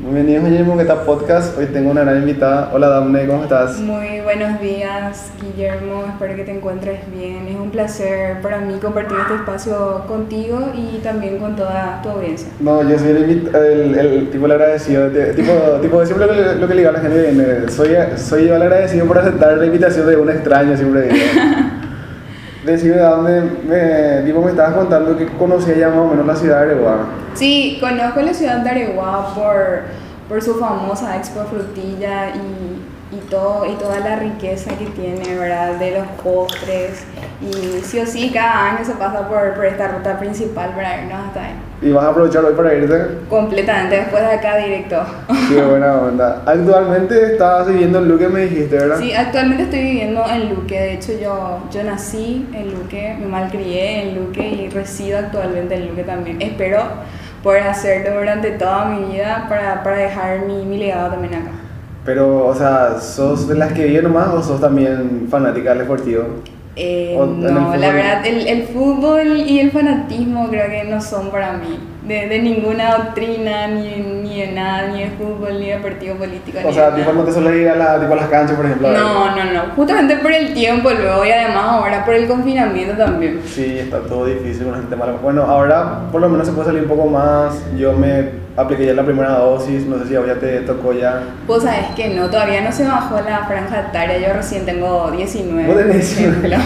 Bienvenidos a Guillermo Guetta Podcast. Hoy tengo una gran invitada. Hola Daphne, ¿cómo estás? Muy buenos días, Guillermo. Espero que te encuentres bien. Es un placer para mí compartir este espacio contigo y también con toda tu audiencia. No, yo soy el tipo el agradecido. Tipo siempre lo que le digo a la gente viene. Soy yo el agradecido por aceptar la invitación de un extraño, siempre digo. Decime, Daphne, me estabas contando que conocía ya más o menos la ciudad de Areguá. Sí, conozco la ciudad de Areguá por su famosa Expo Frutilla y toda la riqueza que tiene, ¿verdad? De los postres. Y sí o sí, cada año se pasa por esta ruta principal para irnos hasta ahí. ¿Y vas a aprovechar hoy para irte? Completamente, después de acá directo. Qué buena onda. Actualmente estás viviendo en Luque, me dijiste, ¿verdad? Sí, actualmente estoy viviendo en Luque. De hecho, yo nací en Luque, me malcrié en Luque y resido actualmente en Luque también. Espero poder hacerlo durante toda mi vida para dejar mi legado también acá. Pero, o sea, ¿sos de las que viven nomás o sos también fanática del deportivo? No, la verdad, el fútbol y el fanatismo creo que no son para mí. De ninguna doctrina, ni de nada, ni de fútbol, ni de partido político. O sea, tipo no te suele ir a las canchas, por ejemplo. No. Justamente por el tiempo luego y además ahora por el confinamiento también. Sí, está todo difícil con el tema. Bueno, ahora por lo menos se puede salir un poco más. Yo me apliqué ya la primera dosis, no sé si ahora ya te tocó ya. Pues sabes que no, todavía no se bajó la franja etaria, yo recién tengo 19. ¿Vos tenés 19?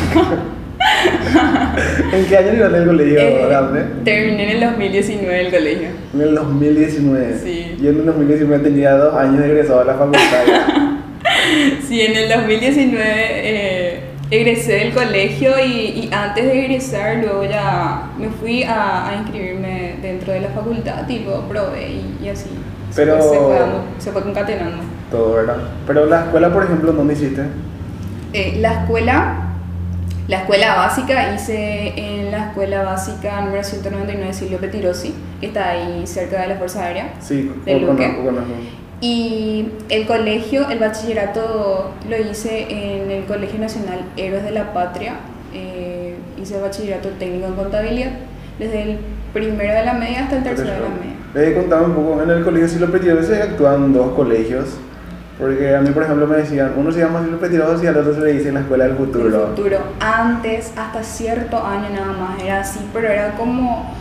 ¿En qué año ibas al colegio, Daphne? Terminé en el 2019 el colegio. En el 2019. Sí. Yo en el 2019 tenía 2 años de egresado a la facultad. Sí, en el 2019 egresé del colegio y antes de egresar luego ya me fui a inscribirme dentro de la facultad, tipo probé y así. Pero se fue concatenando. Todo, ¿verdad? Pero la escuela, por ejemplo, ¿dónde hiciste? La escuela básica hice en la escuela básica número 199 Silvio Pettirossi, que está ahí cerca de la Fuerza Aérea. Sí, de Luque. conozco. Y el colegio, el bachillerato lo hice en el Colegio Nacional Héroes de la Patria. Hice el bachillerato técnico en contabilidad, desde el primero de la media hasta el tercero de la media. Les he contado un poco, en el colegio Silvio Pettirossi actúan 2 colegios. Porque a mí, por ejemplo, me decían, uno se llama Silvio Pettirossi y al otro se le dice la Escuela del Futuro. El futuro. Antes, hasta cierto año nada más, era así, pero era como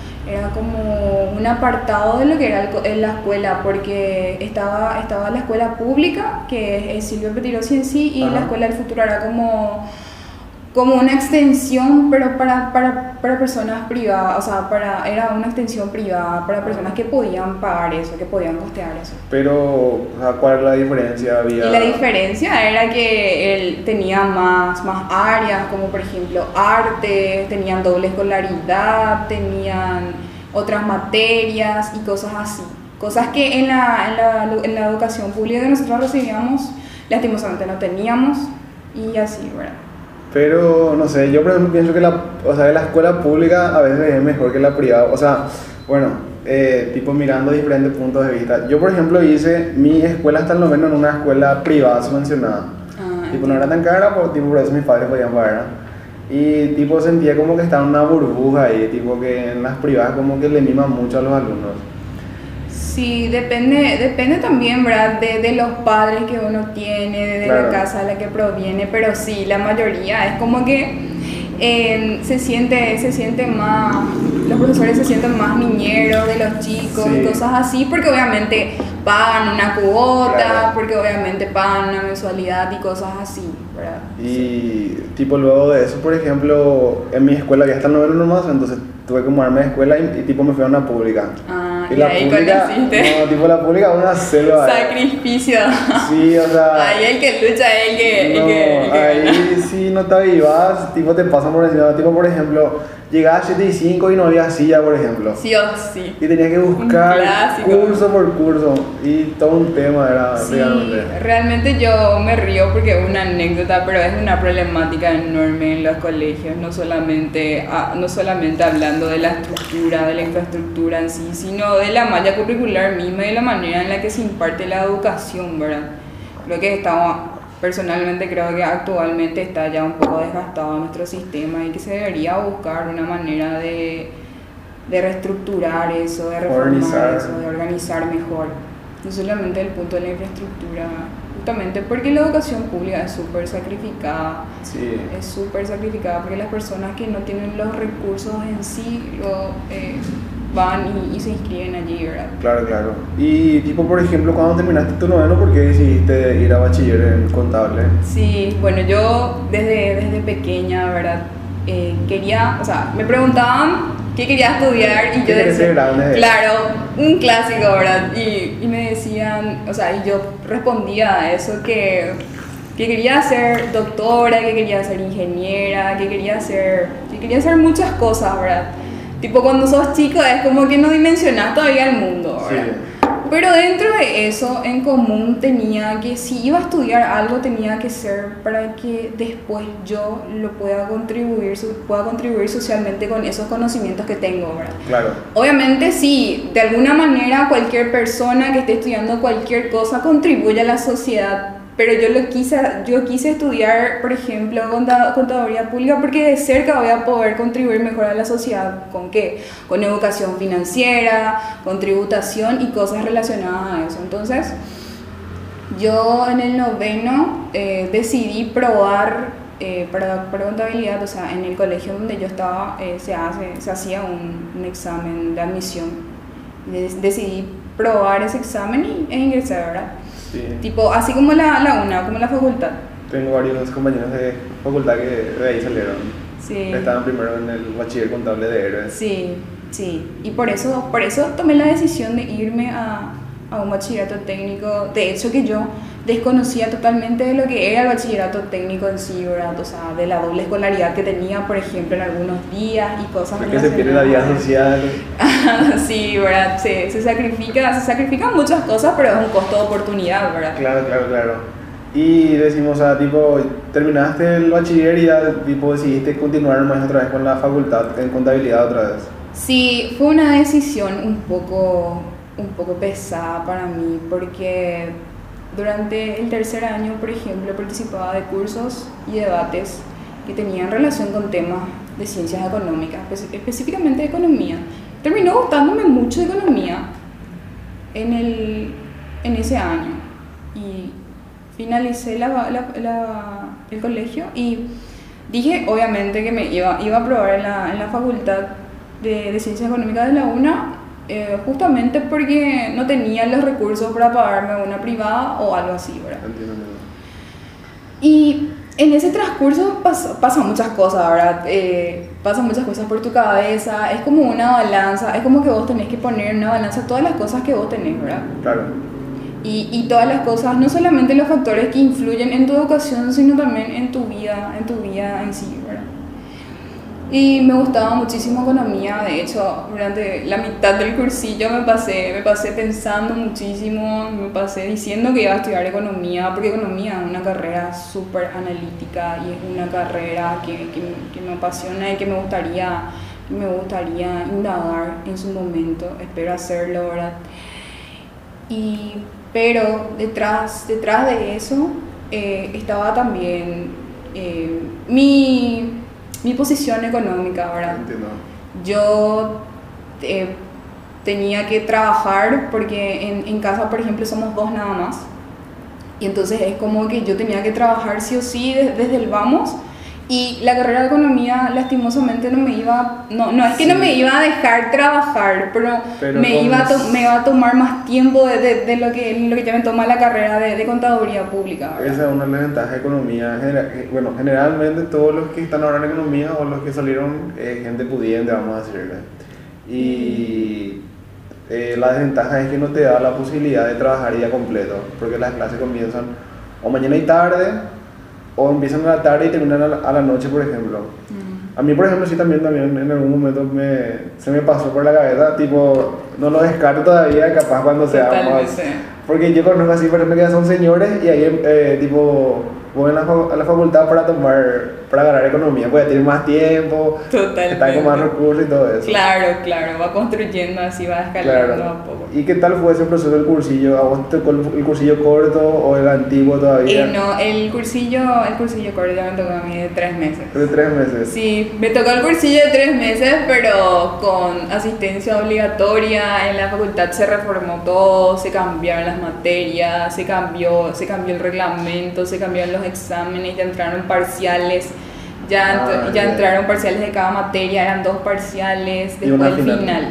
un apartado de lo que era la escuela, porque estaba la escuela pública, que es Silvio Pettirossi en sí, y la Escuela del Futuro era como una extensión, pero para personas privadas, o sea, era una extensión privada para personas que podían pagar eso, que podían costear eso. Pero, o sea, ¿cuál es la diferencia? Y la diferencia era que él tenía más áreas, como por ejemplo arte, tenían doble escolaridad, tenían otras materias y cosas así. Cosas que en la educación pública que nosotros recibíamos, lastimosamente no teníamos, y así, ¿verdad? Pero, no sé, yo por ejemplo pienso que la escuela pública a veces es mejor que la privada. O sea, bueno, tipo mirando diferentes puntos de vista. Yo, por ejemplo, hice mi escuela hasta el noveno en una escuela privada subvencionada. Tipo, no era tan cara, por eso mis padres podían pagar, ¿no? Y tipo sentía como que estaba en una burbuja ahí, tipo que en las privadas como que le miman mucho a los alumnos. Sí, depende también, ¿verdad? De los padres que uno tiene, de la casa de la que proviene, pero sí, la mayoría es como que se siente más, los profesores se sienten más niñeros de los chicos y cosas así, porque obviamente pagan una cuota, porque obviamente pagan una mensualidad y cosas así, ¿verdad? Y tipo luego de eso, por ejemplo, en mi escuela había hasta el noveno nomás, entonces tuve que mudarme de escuela y tipo me fui a una pública. Y la ahí pública, conociste. No, tipo la pública una selva. Sacrificio. Sí, o sea. Ahí el que lucha, el que ahí sí no te avivas, tipo te pasan por encima. Tipo, por ejemplo, llegabas a 7:05 y no había silla, por ejemplo. Sí o sí. Y tenías que buscar curso por curso. Y todo un tema era realmente yo me río porque es una anécdota, pero es una problemática enorme en los colegios. No solamente hablando de la estructura, de la infraestructura en sí, sino de la malla curricular misma y de la manera en la que se imparte la educación, ¿verdad? Personalmente creo que actualmente está ya un poco desgastado nuestro sistema y que se debería buscar una manera de reestructurar eso, de reformar eso, de organizar mejor. no solamente el punto de la infraestructura, justamente porque la educación pública es súper sacrificada, Sí, es súper sacrificada porque las personas que no tienen los recursos en sí luego, van y se inscriben allí, ¿verdad? claro, claro. Y tipo, por ejemplo, cuando terminaste tu noveno, ¿por qué decidiste ir a bachiller en contable? Sí, bueno, yo desde pequeña, ¿verdad? Quería, o sea, me preguntaban qué quería estudiar y ¿Qué yo querés ser decía, grande? claro, un clásico, ¿verdad? Y me decían, o sea, y yo respondía a eso que quería ser doctora, que quería ser ingeniera, que quería hacer muchas cosas, ¿verdad? Tipo, cuando sos chico es como que no dimensionás todavía el mundo, ¿verdad? Sí. Pero dentro de eso, en común tenía que, si iba a estudiar algo, tenía que ser para que después yo lo pueda contribuir socialmente con esos conocimientos que tengo, ¿verdad? Claro, Obviamente sí, de alguna manera cualquier persona que esté estudiando cualquier cosa contribuye a la sociedad, pero yo quise estudiar, por ejemplo, contaduría pública porque de cerca voy a poder contribuir mejor a la sociedad. ¿Con qué? Con educación financiera, con tributación y cosas relacionadas a eso. Entonces, yo en el noveno decidí probar para contabilidad, o sea, en el colegio donde yo estaba se hacía un examen de admisión. Decidí probar ese examen e ingresé, ¿verdad? sí. Tipo, así como la UNA, como la facultad. Tengo varios compañeros de facultad que de ahí salieron. Sí. Estaban primero en el bachiller contable de héroes. Sí, sí. Y por eso tomé la decisión de irme a un bachillerato técnico. De hecho, que yo desconocía totalmente de lo que era el bachillerato técnico en sí, ¿verdad? O sea, de la doble escolaridad que tenía, por ejemplo, en algunos días y cosas Porque se pierde la vida social. Sí, ¿verdad? Se sacrifican muchas cosas, pero es un costo de oportunidad, ¿verdad? Claro, claro, claro. Y decimos, o sea, tipo, terminaste el bachiller y ya, tipo, decidiste continuar más otra vez con la facultad en contabilidad otra vez. Sí, fue una decisión un poco pesada para mí porque durante el tercer año, por ejemplo, participaba de cursos y debates que tenían relación con temas de ciencias económicas, específicamente de economía. Terminó gustándome mucho de economía en ese año y finalicé el colegio y dije obviamente que me iba a probar en la facultad de Ciencias Económicas de la UNA, justamente porque no tenía los recursos para pagarme una privada o algo así, ¿verdad? Entiendo, entiendo. Y en ese transcurso pasan muchas cosas, ¿verdad? Pasan muchas cosas por tu cabeza, es como una balanza, es como que vos tenés que poner en una balanza todas las cosas que vos tenés, ¿verdad? Claro. Y todas las cosas, no solamente los factores que influyen en tu educación, sino también en tu vida en sí, ¿verdad? Y me gustaba muchísimo economía, de hecho, durante la mitad del cursillo me pasé pensando muchísimo, me pasé diciendo que iba a estudiar economía, porque economía es una carrera súper analítica y es una carrera que me apasiona y que me gustaría indagar en su momento, espero hacerlo, ¿verdad? Pero detrás de eso estaba también mi posición económica, ¿verdad? Entiendo. Yo tenía que trabajar porque en casa, por ejemplo, somos dos nada más. Y entonces es como que yo tenía que trabajar sí o sí desde el vamos. Y la carrera de economía, lastimosamente, no es que no me iba a dejar trabajar, pero me iba a tomar más tiempo de lo que ya me toma la carrera de contaduría pública, ¿verdad? Esa es una de las ventajas de economía. Bueno, generalmente todos los que están ahora en economía o los que salieron, gente pudiente, vamos a decirle. Y la desventaja es que no te da la posibilidad de trabajar día completo, porque las clases comienzan o mañana y tarde, o empiezan a la tarde y terminan a la noche, por ejemplo. A mí, por ejemplo, sí también en algún momento se me pasó por la cabeza, tipo, no lo descarto todavía, capaz cuando sea más. Porque yo conozco así personas que ya son señores y ahí, tipo, voy a la facultad para ganar economía, pues tener más tiempo, Totalmente. estar con más recursos y todo eso. Claro, va construyendo así, va escalando Claro. a poco. ¿Y qué tal fue ese proceso del cursillo? ¿A vos te tocó el cursillo corto o el antiguo todavía? No, el cursillo corto ya me tocó a mí de 3 meses. De 3 meses. Sí, me tocó el cursillo de 3 meses, pero con asistencia obligatoria. En la facultad se reformó todo, se cambiaron las materias, se cambió el reglamento, se cambiaron los exámenes, ya entraron parciales, ya ya. entraron parciales de cada materia, eran 2 parciales, Y una después el final.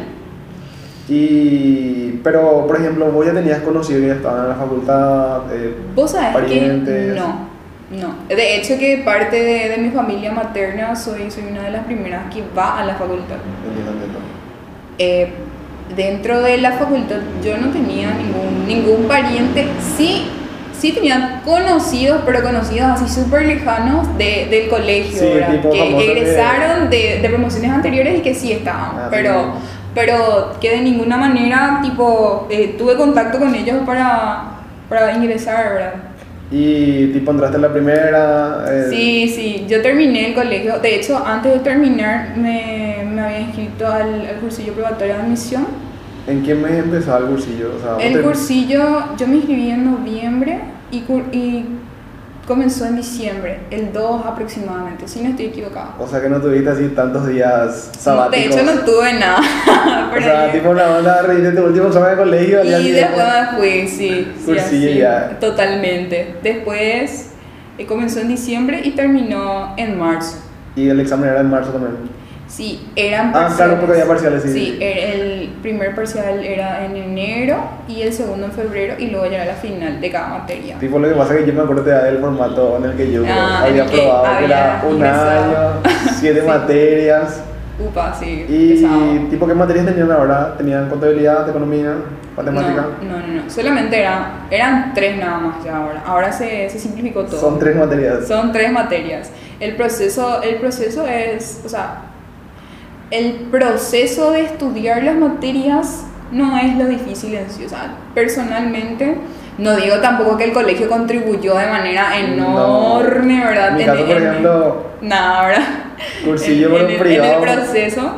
final. Pero, por ejemplo, vos ya tenías conocido que ya estaban en la facultad, Vos sabés parientes. que no. De hecho que parte de mi familia materna soy una de las primeras que va a la facultad. Entiendo. Dentro de la facultad yo no tenía ningún pariente, sí tenía conocidos, pero conocidos así súper lejanos del colegio, Sí, ¿verdad? tipo famoso Que egresaron de promociones anteriores y que sí estaban, sí. pero que de ninguna manera tipo tuve contacto con ellos para ingresar, ¿verdad? Y tipo entraste en la primera. Sí, yo terminé el colegio. De hecho, antes de terminar me había inscrito al cursillo probatorio de admisión. ¿En qué mes empezaba el cursillo? O sea, El cursillo, yo me inscribí en noviembre y comenzó en diciembre, el 2 aproximadamente, si no estoy equivocada. O sea que no tuviste así tantos días sabáticos. De hecho no tuve nada. O sea, tipo una onda, reíste tu último examen de colegio. Y después me fui, sí, Cursillo así, ya. totalmente. Después comenzó en diciembre y terminó en marzo. Y el examen era en marzo también. Sí, eran parciales. Claro, porque había parciales, sí. Sí, el primer parcial era en enero y el segundo en febrero y luego ya era la final de cada materia. Tipo, lo que pasa es que yo me acuerdo del formato en el que yo había en el que probado, que era un ingresado. año, 7 Sí. materias. Upa, sí, Y pesado. tipo, ¿qué materias tenían ahora? ¿Tenían contabilidad, economía, matemática? No, solamente eran 3 nada más ya ahora. Ahora se simplificó todo. Son 3 materias. Son 3 materias. El proceso es, o sea, el proceso de estudiar las materias no es lo difícil en sí. O sea, personalmente, no digo tampoco que el colegio contribuyó de manera enorme, ¿verdad? En mi caso, por ejemplo, nada, ¿verdad? cursillo por en privado. el proceso.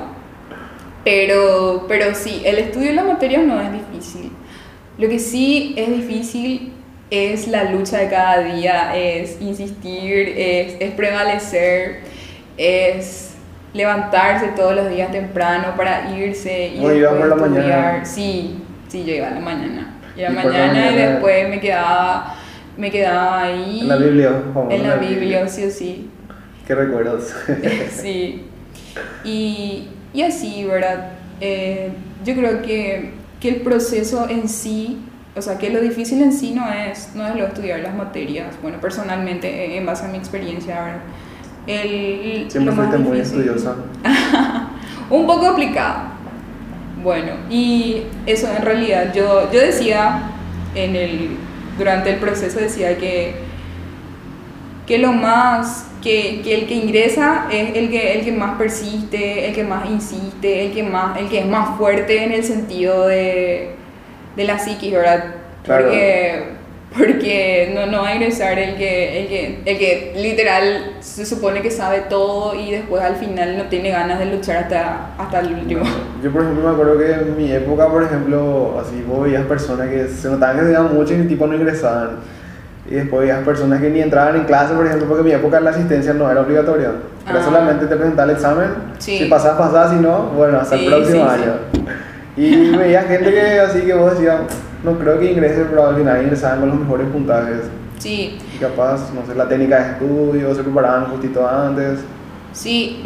Pero sí, el estudio de las materias no es difícil. Lo que sí es difícil es la lucha de cada día, es insistir, es prevalecer, es levantarse todos los días temprano para irse y Bueno, ibas por la estudiar. mañana. Sí, yo iba a la mañana. Iba a Y la por la mañana y mañana- después me quedaba ahí. En la Biblia. En la Biblia, sí o sí. ¿Qué recuerdos? Sí. Y así, ¿verdad? Yo creo que el proceso en sí, o sea, que lo difícil en sí no es lo estudiar las materias. Bueno, personalmente, en base a mi experiencia, ¿verdad? Siempre lo más fuiste muy difícil- estudiosa. Un poco aplicado. Bueno, y eso en realidad, yo decía durante el proceso decía que lo más, que el que ingresa es el que más persiste, el que más insiste, el que es más fuerte en el sentido de la psiquis, ¿verdad? Claro. Porque no va a ingresar el que literal se supone que sabe todo y después al final no tiene ganas de luchar hasta el último. Yo, por ejemplo, me acuerdo que en mi época, por ejemplo, así vos veías personas que se notaban que estudiaban mucho y tipo no ingresaban. Y después veías personas que ni entraban en clase, por ejemplo, porque en mi época la asistencia no era obligatoria. Era solamente te presentaba el examen. Sí. Si pasabas, si no, bueno, hasta el Sí, próximo sí, sí. año. Y veía gente que así que vos decías, no creo que ingrese, pero al final ingresaban con los mejores puntajes. Sí, Y capaz, no sé, la técnica de estudio, se preparaban justito antes. sí,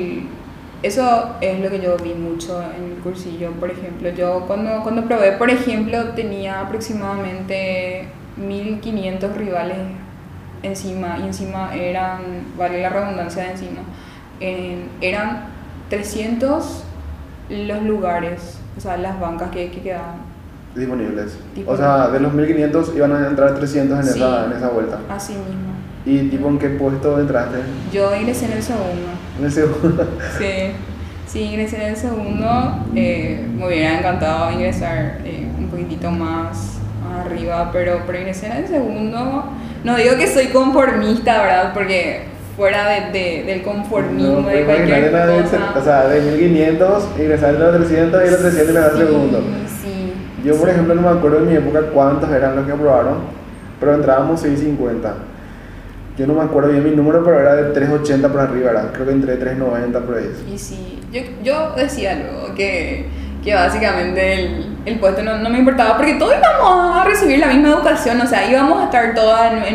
eso es lo que yo vi mucho en el cursillo. Por ejemplo, yo cuando probé, por ejemplo, tenía aproximadamente 1500 rivales encima, y encima vale la redundancia de encima, eran 300 los lugares, o sea, las bancas que quedaban. Disponibles. Tipo- O sea, de los 1500 iban a entrar 300 en, Sí. en esa vuelta. Así mismo. ¿Y tipo en qué puesto entraste? Yo ingresé en el segundo. En el segundo. Sí, ingresé en el segundo. Me hubiera encantado ingresar un poquitito más arriba, pero ingresé en el segundo no digo que soy conformista, ¿verdad? Porque fuera del conformismo, No, de pues cualquier imagínate cosa. o sea, de 1500 ingresar a los 300 y los 300 le das segundo. Sí, Yo, por sí. ejemplo, no me acuerdo en mi época cuántos eran los que aprobaron, pero entrábamos 650. Yo no me acuerdo bien mi número, pero era de 380 por arriba, ¿verdad? Creo que entré 390 por ahí. Y sí, yo decía luego que básicamente el puesto no me importaba porque todos íbamos a recibir la misma educación, o sea, íbamos a estar todas en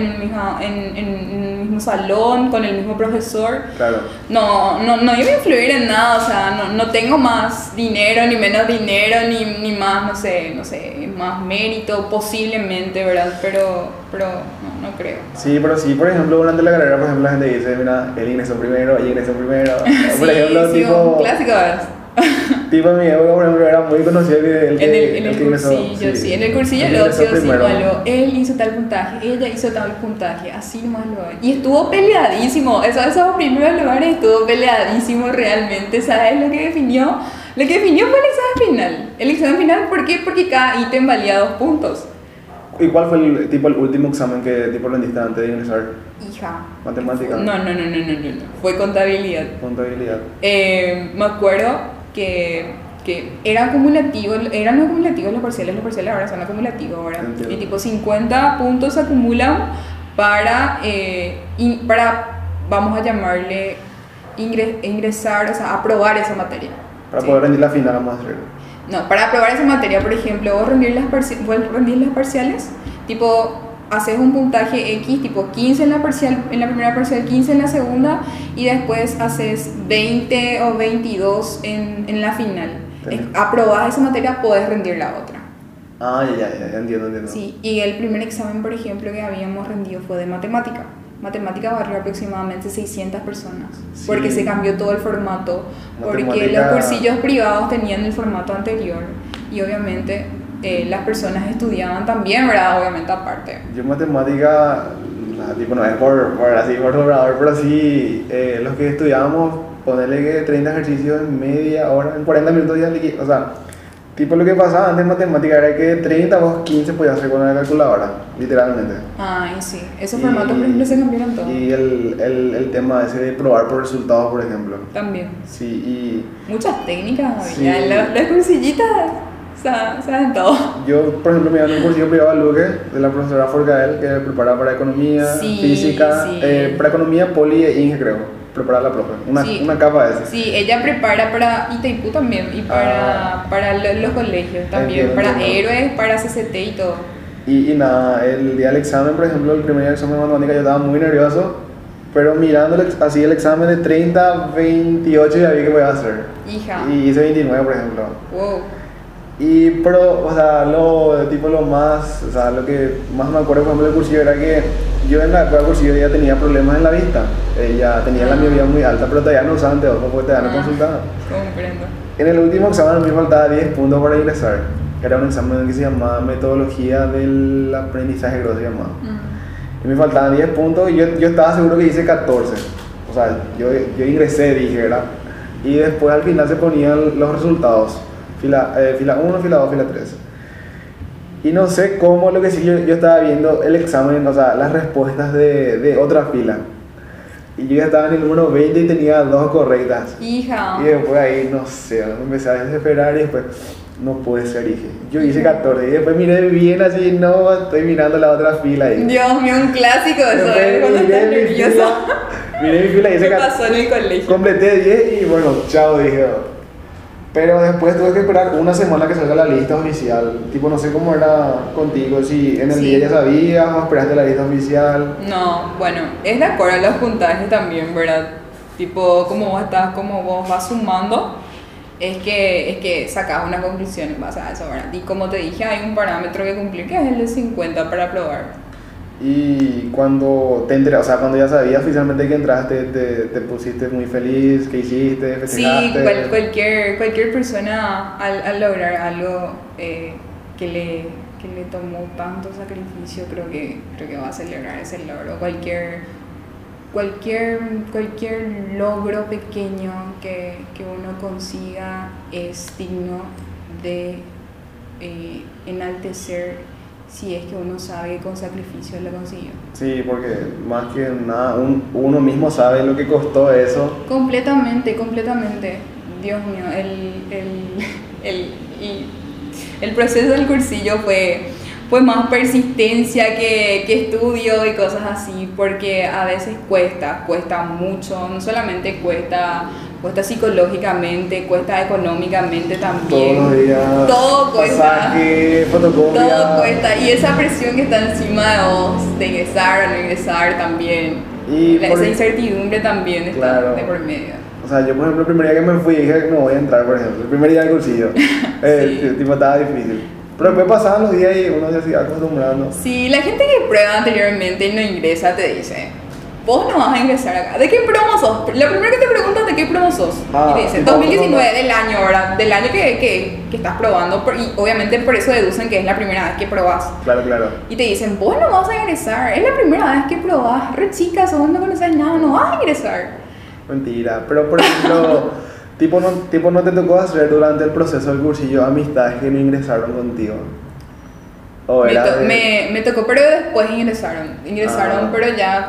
el mismo salón, con el mismo profesor. Claro. No iba a influir en nada, o sea, no tengo más dinero, ni menos dinero, ni más, no sé, más mérito, posiblemente, ¿verdad? Pero no creo. Sí, pero sí, por ejemplo, durante la carrera, por ejemplo, la gente dice, mira, él ingresó primero, ella ingresó primero. Por ejemplo, sí, tipo... un clásico, ¿verdad? Tipo en mi época, por ejemplo, era muy conocido el que En el ingresó, cursillo, sí. En el cursillo el que lo ingresó sí o sí primero. malo. Él hizo tal puntaje, ella hizo tal puntaje, así nomás lo. Y estuvo peleadísimo. Esos primeros lugares estuvo peleadísimo realmente. ¿Sabes lo que definió? Lo que definió fue el examen final. El examen final, ¿por qué? Porque cada ítem valía 2 puntos. ¿Y cuál fue el último examen que tipo rendiste antes de ingresar? Hija. Matemática. No. Fue contabilidad. Contabilidad. Me acuerdo que eran acumulativos los parciales ahora son acumulativos ahora. Entiendo. Y tipo 50 puntos se acumulan para, vamos a llamarle, ingresar, o sea, aprobar esa materia. Para ¿sí? poder rendir la final, vamos a hacer. No, para aprobar esa materia, por ejemplo, vos rendir las parciales, tipo, haces un puntaje X, tipo 15 en la primera parcial, 15 en la segunda, y después haces 20 o 22 en la final. Sí. Aprobás esa materia, podés rendir la otra. Ah, ya entiendo. Sí, y el primer examen, por ejemplo, que habíamos rendido fue de matemática. Matemática barrió aproximadamente 600 personas, Sí. porque se cambió todo el formato, porque Matemática- los cursillos privados tenían el formato anterior y obviamente las personas estudiaban también, ¿verdad? Obviamente aparte. Yo matemática, tipo no es por sobrador, pero sí, los que estudiábamos, ponerle que 30 ejercicios en media hora, en 40 minutos ya liquidado. O sea, tipo lo que pasaba antes en matemática era que de 30 vos 15 podías hacer con una calculadora, literalmente. Ay, sí, esos formatos por ejemplo se cambiaron todos. Y el tema ese de probar por resultados, por ejemplo. También. Sí, Muchas técnicas, Sí. ya las cursillitas saben todo. yo, por ejemplo, me dieron un cursillo privado al Luque de la profesora Forcael, que prepara para economía, Sí, física, sí. para economía, poli e Inge, creo. Preparar la profe. Sí. Una capa de esa. Sí, ella prepara para Itaipú también y para los colegios también, Entiendo, para entiendo. héroes, para CCT y todo. Y nada, el día del examen, por ejemplo, el primer examen de matemática yo estaba muy nervioso, pero mirando así el examen de 30, 28 ya vi que voy a hacer. Hija, Y hice 29, por ejemplo. wow. Pero, o sea, lo que más me acuerdo, por ejemplo, del cursillo era que yo en la época del cursillo ya tenía problemas en la vista. Ya tenía la miopía muy alta, pero todavía no usaba anteojos porque todavía no consultaba. Comprendo. En el último examen me faltaba 10 puntos para ingresar. Era un examen que se llamaba Metodología del Aprendizaje, creo que se llamaba. Y me faltaban 10 puntos y yo estaba seguro que hice 14. O sea, yo ingresé, dije, ¿verdad? Y después al final se ponían los resultados. Fila 1, fila 2, fila 3. Y no sé cómo, lo que sí, yo estaba viendo el examen, o sea, las respuestas de otra fila. Y yo ya estaba en el número 20 y tenía 2 correctas. Hija. Y después ahí, no sé, me empecé a desesperar y después, no puede ser, dije. Yo hice 14 y después miré bien así, no, estoy mirando la otra fila ahí. Dios mío, un clásico eso, Después cuando estás miré mi nervioso. fila, miré mi fila y hice ¿Qué 14. pasó en el colegio? Completé 10 y bueno, chao, dije. Pero después tuve que esperar una semana que salga la lista oficial. Tipo, no sé cómo era contigo, si en el Sí. día ya sabías o esperaste la lista oficial. No, bueno, es de acuerdo a los puntajes también, ¿verdad? Tipo, como vos vas sumando, es que sacas una conclusión en base a eso, ¿verdad? Y como te dije, hay un parámetro que cumplir que es el de 50 para aprobar. Y cuando te enteras, o sea, cuando ya sabías oficialmente que entraste, te pusiste muy feliz, ¿qué hiciste? Sí, ¿Festejaste? cualquier persona al lograr algo que le tomó tanto sacrificio, creo que va a celebrar ese logro. Cualquier logro pequeño que uno consiga es digno de enaltecer si es que uno sabe que con sacrificio lo consiguió. Sí, porque más que nada uno mismo sabe lo que costó eso. Completamente, completamente. Dios mío, el proceso del cursillo fue más persistencia que estudio y cosas así, porque a veces cuesta mucho, no solamente cuesta psicológicamente, cuesta económicamente también. Todos los días. Todo cuesta. Pasaje, fotocopia. Todo cuesta. Y esa presión que está encima de vos, de ingresar o no ingresar también. Y Esa incertidumbre también está claro. de por medio. O sea, yo por ejemplo el primer día que me fui dije no voy a entrar, por ejemplo. El primer día del cursillo. Sí. Tipo estaba difícil. Pero después pasaban los días y uno se iba acostumbrando. Sí, la gente que prueba anteriormente y no ingresa te dice, vos no vas a ingresar acá. ¿De qué promo sos? Lo primero que te preguntas, ¿de qué promo sos? Y te dicen, 2019 del año, ¿verdad? Del año que estás probando. Y obviamente por eso deducen que es la primera vez que probás. Claro, claro. Y te dicen, vos no vas a ingresar. Es la primera vez que probás. Re chica, sos, no conoces nada, no vas a ingresar. Mentira. Pero por ejemplo, tipo no te tocó hacer durante el proceso del cursillo amistades que no ingresaron contigo. Me tocó, pero después ingresaron, pero ya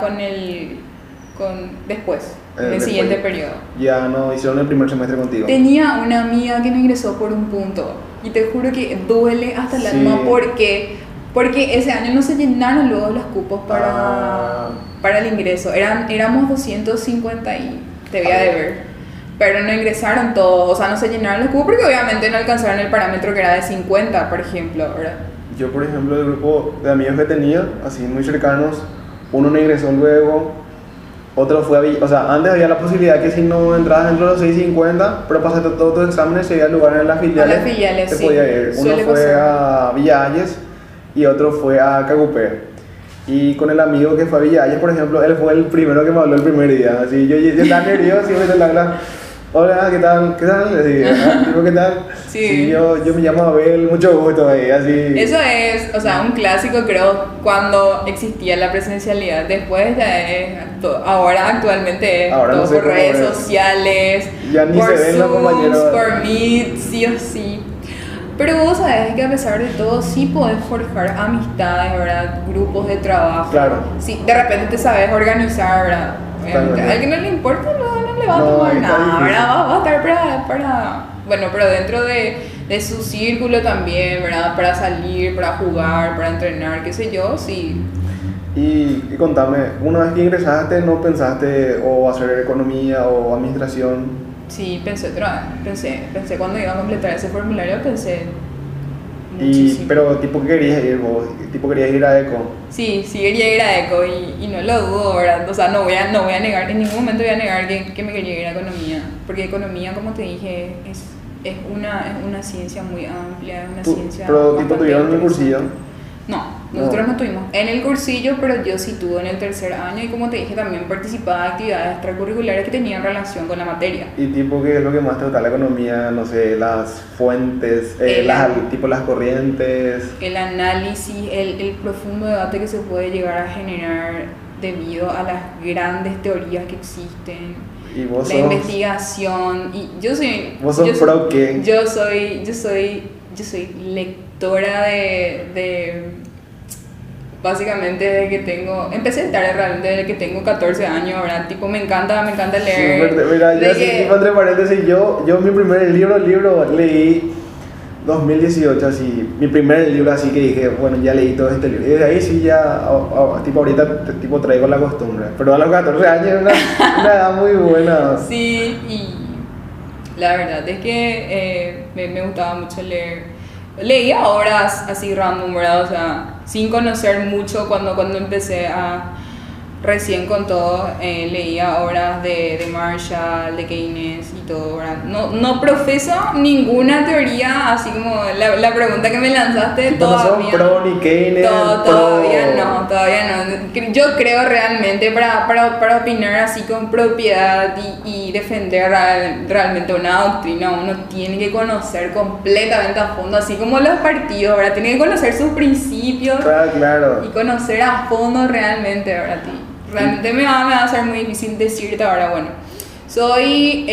después, en el siguiente periodo. Ya no hicieron el primer semestre contigo. Tenía una amiga que no ingresó por un punto, y te juro que duele hasta el alma, porque ese año no se llenaron luego los cupos para el ingreso, éramos 250 y te voy a deber, pero no ingresaron todos, o sea, no se llenaron los cupos porque obviamente no alcanzaron el parámetro que era de 50, por ejemplo, ¿verdad? Yo, por ejemplo, del grupo de amigos que tenía, así muy cercanos, uno no ingresó luego, otro fue o sea, antes había la posibilidad que si no entrabas dentro de los 650, pero pasaste todos tus exámenes, se iba lugar en las filiales, a las filiales, te sí, podía ir. Uno fue a Villalles y otro fue a Cacupé. Y con el amigo que fue a Villalles, por ejemplo, él fue el primero que me habló el primer día. Así, yo estaba nervioso y me habla, hola, ¿qué tal? ¿Qué tal? Le dije, ¿qué tal? Sí, yo me llamo Abel, mucho gusto ahí, así. Eso es, o sea, un clásico creo cuando existía la presencialidad. Después ya es, ahora actualmente es ahora todo no sé por redes es. Sociales, ya ni por se ven los compañeros. por Meet, sí o sí. Pero vos sabés que a pesar de todo sí podés forjar amistades, ¿verdad? Grupos de trabajo. Claro. Sí, de repente te sabes organizar, ¿verdad? Obviamente, al que no le importa no le va a tomar nada, ¿verdad? Va a estar para bueno, pero dentro de su círculo también, ¿verdad? Para salir, para jugar, para entrenar, qué sé yo, sí. Y contame, una vez que ingresaste, ¿no pensaste o hacer economía o administración? Sí, pensé cuando iba a completar ese formulario, pensé muchísimo. Pero tipo, ¿qué querías ir vos? ¿Tipo querías ir a ECO? Sí, quería ir a ECO y no lo dudo, ¿verdad? O sea, no voy a negar, en ningún momento voy a negar que me quería ir a economía, porque economía, como te dije, es una ciencia muy amplia, es una ciencia... ¿Pero tipo tuvieron el cursillo? No, nosotros no tuvimos en el cursillo, pero yo sí tuve en el tercer año y como te dije también participaba de actividades extracurriculares que tenían relación con la materia. ¿Y tipo qué es lo que más te gusta de la economía? No sé, las fuentes, las corrientes. El análisis, el profundo debate que se puede llegar a generar debido a las grandes teorías que existen. ¿Y vos la investigación y yo soy... ¿Vos sos pro qué? Yo soy lectora de básicamente desde que empecé tarde realmente desde que tengo 14 años, ¿verdad? Tipo me encanta leer. Sí, mira, yo así, tipo entre paréntesis, yo mi primer libro leí 2018, así, mi primer libro así que dije, bueno, ya leí todo este libro. Y desde ahí sí ya, tipo ahorita tipo traigo la costumbre. Pero a los 14 años es una edad muy buena. Sí, y la verdad es que me gustaba mucho leer. Leía horas así random, ¿verdad? O sea, sin conocer mucho cuando empecé recién con todo, leía obras de Marshall, de Keynes y todo, ¿verdad? No profeso ninguna teoría, así como la pregunta que me lanzaste, todavía no son pro ni Keynes, todavía no. Yo creo realmente para opinar así con propiedad y defender realmente una doctrina, uno tiene que conocer completamente a fondo, así como los partidos, ¿verdad? Tiene que conocer sus principios, claro. Y conocer a fondo realmente, ¿verdad? Realmente me va a ser muy difícil decirte ahora, bueno, soy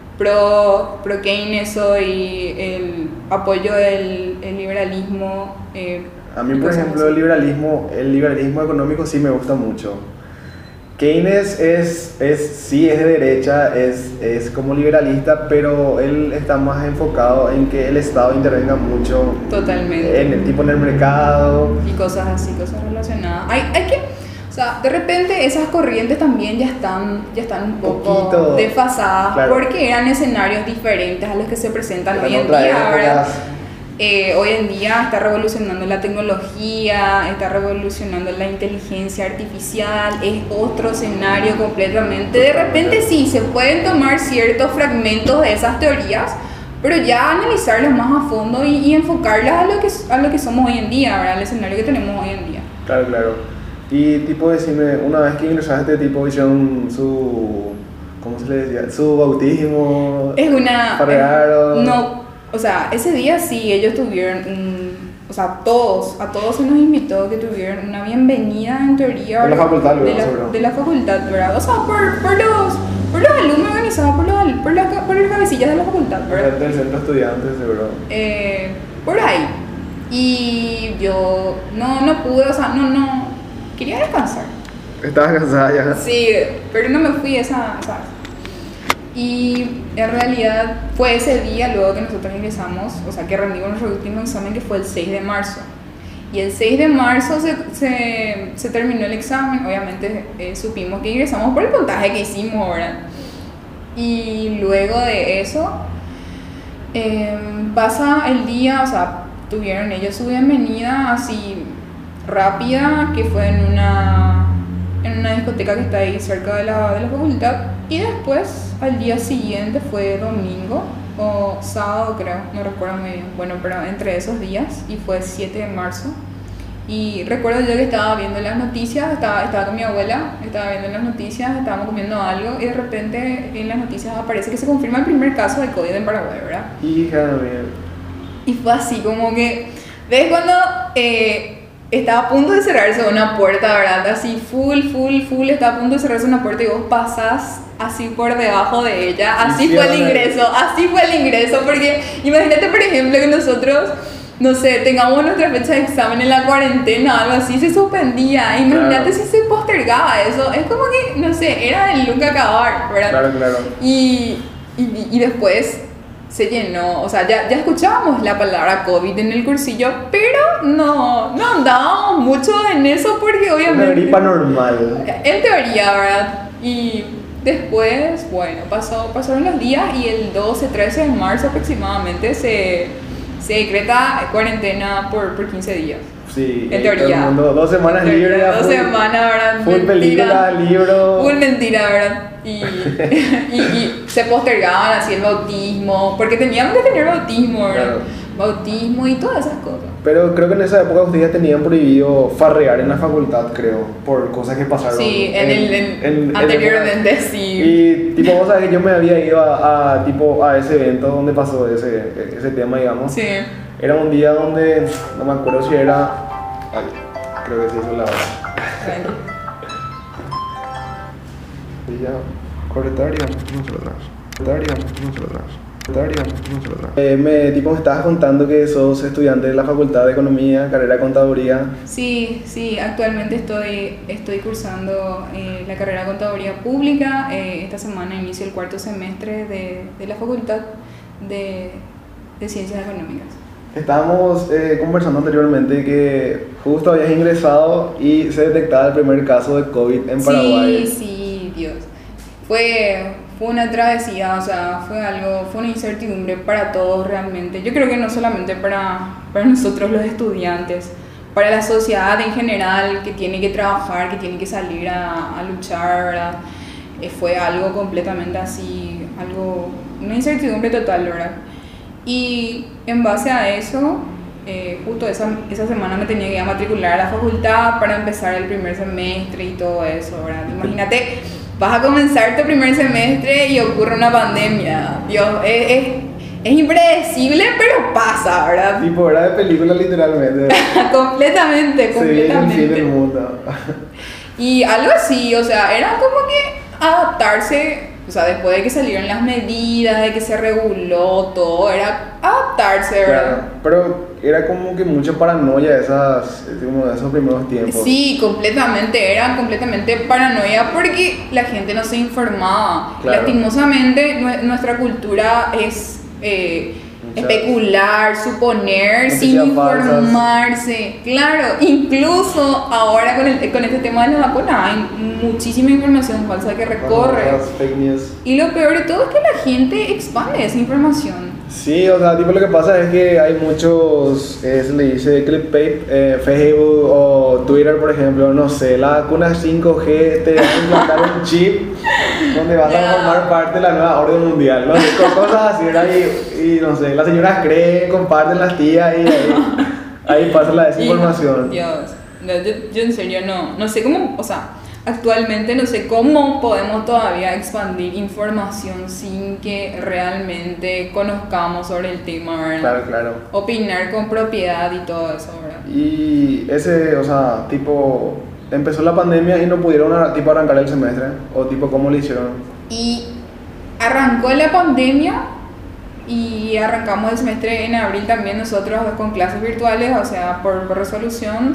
pro Keynes, apoyo el liberalismo A mí, por ejemplo, el liberalismo económico sí me gusta mucho. Keynes sí es de derecha, es como liberalista, pero él está más enfocado en que el Estado intervenga mucho. Totalmente. En el mercado. Y cosas así, cosas relacionadas. Hay que, o sea, de repente esas corrientes también ya están un poco desfasadas, claro, porque eran escenarios diferentes a los que se presentan hoy en día, ¿verdad? Hoy en día está revolucionando la tecnología, está revolucionando la inteligencia artificial, es otro escenario completamente. De repente sí, se pueden tomar ciertos fragmentos de esas teorías, pero ya analizarlas más a fondo y enfocarlas a lo que somos hoy en día, ¿verdad? El escenario que tenemos hoy en día. Claro, claro. Y tipo, decime, una vez que ingresaste, tipo, hicieron ¿cómo se le decía? Su bautismo. Es una... ¿Farrearon? No. O sea, ese día sí, ellos tuvieron o sea, a todos se nos invitó que tuvieran una bienvenida en teoría. De la facultad, de la facultad, ¿verdad? O sea, por los alumnos organizados, por las cabecillas de la facultad, ¿verdad? Del centro de estudiantes, seguro. Por ahí. Y yo no pude, o sea, no, quería descansar. ¿Estabas cansada ya? Sí, pero no me fui esa vez. Y en realidad fue ese día luego que nosotros ingresamos, o sea que rendimos nuestro último examen, que fue el 6 de marzo. Y el 6 de marzo se terminó el examen, obviamente supimos que ingresamos por el puntaje que hicimos, ¿verdad? Y luego de eso pasa el día, o sea, tuvieron ellos su bienvenida así rápida, que fue en una discoteca que está ahí cerca de la facultad. Y después, al día siguiente, fue domingo o sábado, creo, no recuerdo muy bien. Bueno, pero entre esos días, y fue 7 de marzo. Y recuerdo yo que estaba viendo las noticias, estaba con mi abuela, estaba viendo las noticias, estábamos comiendo algo, y de repente en las noticias aparece que se confirma el primer caso de COVID en Paraguay, ¿verdad? Hija mía. Y fue así como que, ¿ves cuando estaba a punto de cerrarse una puerta, ¿verdad? Así full, estaba a punto de cerrarse una puerta y vos pasás así por debajo de ella? Así fue el ingreso, porque imagínate, por ejemplo, que nosotros, no sé, tengamos nuestra fecha de examen en la cuarentena o algo así, se suspendía. Imagínate, claro, si se postergaba eso, es como que, no sé, era el nunca acabar, ¿verdad? Claro. Y después se llenó, o sea, ya escuchábamos la palabra COVID en el cursillo, pero no andábamos mucho en eso porque obviamente... Una gripa normal. En teoría, ¿verdad? Y después, bueno, pasaron los días y el 12-13 de marzo aproximadamente se decreta cuarentena por 15 días. Sí, en teoría. 2 semanas libres. 2 semanas, ¿verdad? Full película, libro. Full mentira, ¿verdad? Y se postergaban así el bautismo, porque teníamos que tener bautismo, ¿verdad? Claro. Bautismo y todas esas cosas. Pero creo que en esa época ustedes ya tenían prohibido farrear en la facultad, creo, por cosas que pasaron. Sí, anteriormente, sí. Y tipo, vos sabés que yo me había ido a ese evento donde pasó ese tema, digamos. Sí. Era un día donde, no me acuerdo si era... Ay, creo que se hizo la hora. Y ya, corretaria, no se lo me estabas contando que sos estudiante de la Facultad de Economía, carrera de Contaduría. Sí, actualmente estoy cursando la carrera de Contaduría Pública. Esta semana inicio el 4º semestre de la Facultad de Ciencias Económicas. Estábamos conversando anteriormente que justo habías ingresado y se detectaba el primer caso de COVID en Paraguay. Sí, Dios. Fue una travesía, o sea, fue una incertidumbre para todos realmente. Yo creo que no solamente para nosotros los estudiantes, para la sociedad en general que tiene que trabajar, que tiene que salir a luchar, ¿verdad? Fue algo completamente así, una incertidumbre total, ¿verdad? Y en base a eso, justo esa semana me tenía que ir a matricular a la facultad para empezar el primer semestre y todo eso, ¿verdad? Imagínate, vas a comenzar tu primer semestre y ocurre una pandemia. Dios, es impredecible, pero pasa, ¿verdad? Tipo, era de película literalmente. completamente. Se viene el fin del mundo. Y algo así, o sea, era como que adaptarse O sea, después de que salieron las medidas, de que se reguló todo, era adaptarse, ¿verdad? Claro, pero era como que mucha paranoia como de esos primeros tiempos. Sí, completamente, era completamente paranoia porque la gente no se informaba. Claro. Lastimosamente, nuestra cultura es especular, suponer, sin Noticias falsas. informarse. Claro, incluso ahora con este tema de la vacuna hay muchísima información falsa que recorre. Las fake news. Y lo peor de todo es que la gente expande esa información. Sí, o sea, tipo lo que pasa es que hay muchos, se le dice clickbait, Facebook o Twitter, por ejemplo, no sé, la vacuna 5G te va a implantar un chip donde vas a formar parte de la nueva orden mundial, ¿no? Cosas así, ¿verdad? Y no sé, las señoras creen, comparten las tías y ahí pasa la desinformación. Dios, no, yo en serio no sé cómo, o sea, actualmente no sé cómo podemos todavía expandir información sin que realmente conozcamos sobre el tema, ¿verdad? Claro, claro. Opinar con propiedad y todo eso, ¿verdad? Y o sea, tipo, empezó la pandemia y no pudieron, tipo, arrancar el semestre, o tipo, ¿cómo le hicieron? Y arrancó la pandemia y arrancamos el semestre en abril también nosotros con clases virtuales, o sea, por resolución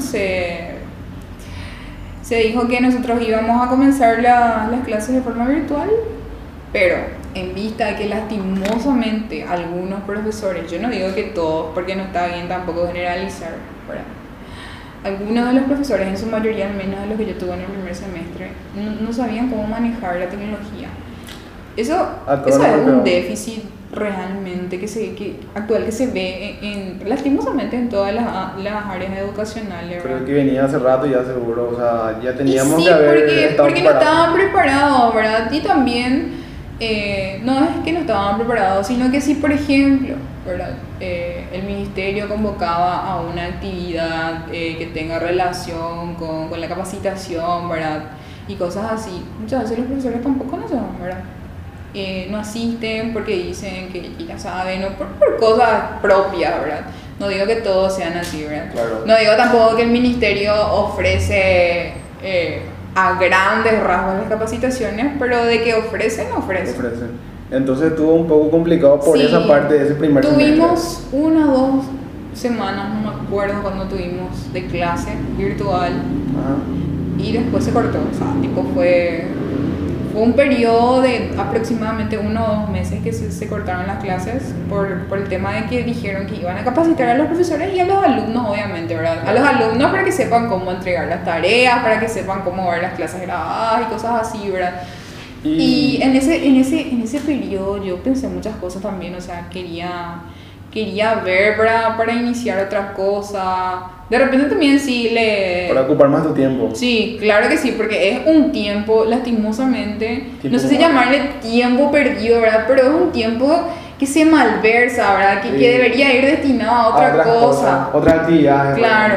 se dijo que nosotros íbamos a comenzar las clases de forma virtual, pero en vista de que lastimosamente algunos profesores, yo no digo que todos, porque no está bien tampoco generalizar, ¿verdad? Algunos de los profesores, en su mayoría al menos de los que yo tuve en el primer semestre, no sabían cómo manejar la tecnología. Eso es un déficit realmente actual que se ve lastimosamente en todas las áreas educacionales, ¿verdad? Pero que venía hace rato ya seguro, o sea, ya teníamos sí, que haber estado porque no estaban preparados, ¿verdad? Y también no es que no estaban preparados, sino que si por ejemplo, ¿verdad? El ministerio convocaba a una actividad que tenga relación con la capacitación, ¿verdad? Y cosas así, muchas veces los profesores tampoco no saben, ¿verdad? No asisten porque dicen que ya saben, o por cosas propias, ¿verdad? No digo que todos sean así, ¿verdad? Claro. No digo tampoco que el ministerio ofrece a grandes rasgos las capacitaciones, pero de que ofrecen. Entonces estuvo un poco complicado por esa parte de ese primer semestre. Tuvimos 1 o 2 semanas, no me acuerdo cuando tuvimos de clase virtual. Ajá. Y después se cortó, o sea, tipo fue un periodo de aproximadamente 1 o 2 meses que se cortaron las clases por el tema de que dijeron que iban a capacitar a los profesores y a los alumnos, obviamente, ¿verdad? A los alumnos para que sepan cómo entregar las tareas, para que sepan cómo ver las clases grabadas y cosas así, ¿verdad? Y en ese periodo yo pensé muchas cosas también, o sea, quería ver para iniciar otra cosa. De repente también sí para ocupar más tu tiempo. Sí, claro que sí, porque es un tiempo, lastimosamente, no sé si llamarle tiempo perdido, ¿verdad? Pero es un tiempo que se malversa, ¿verdad? Que debería ir destinado a otra cosa. Otra actividad. Claro.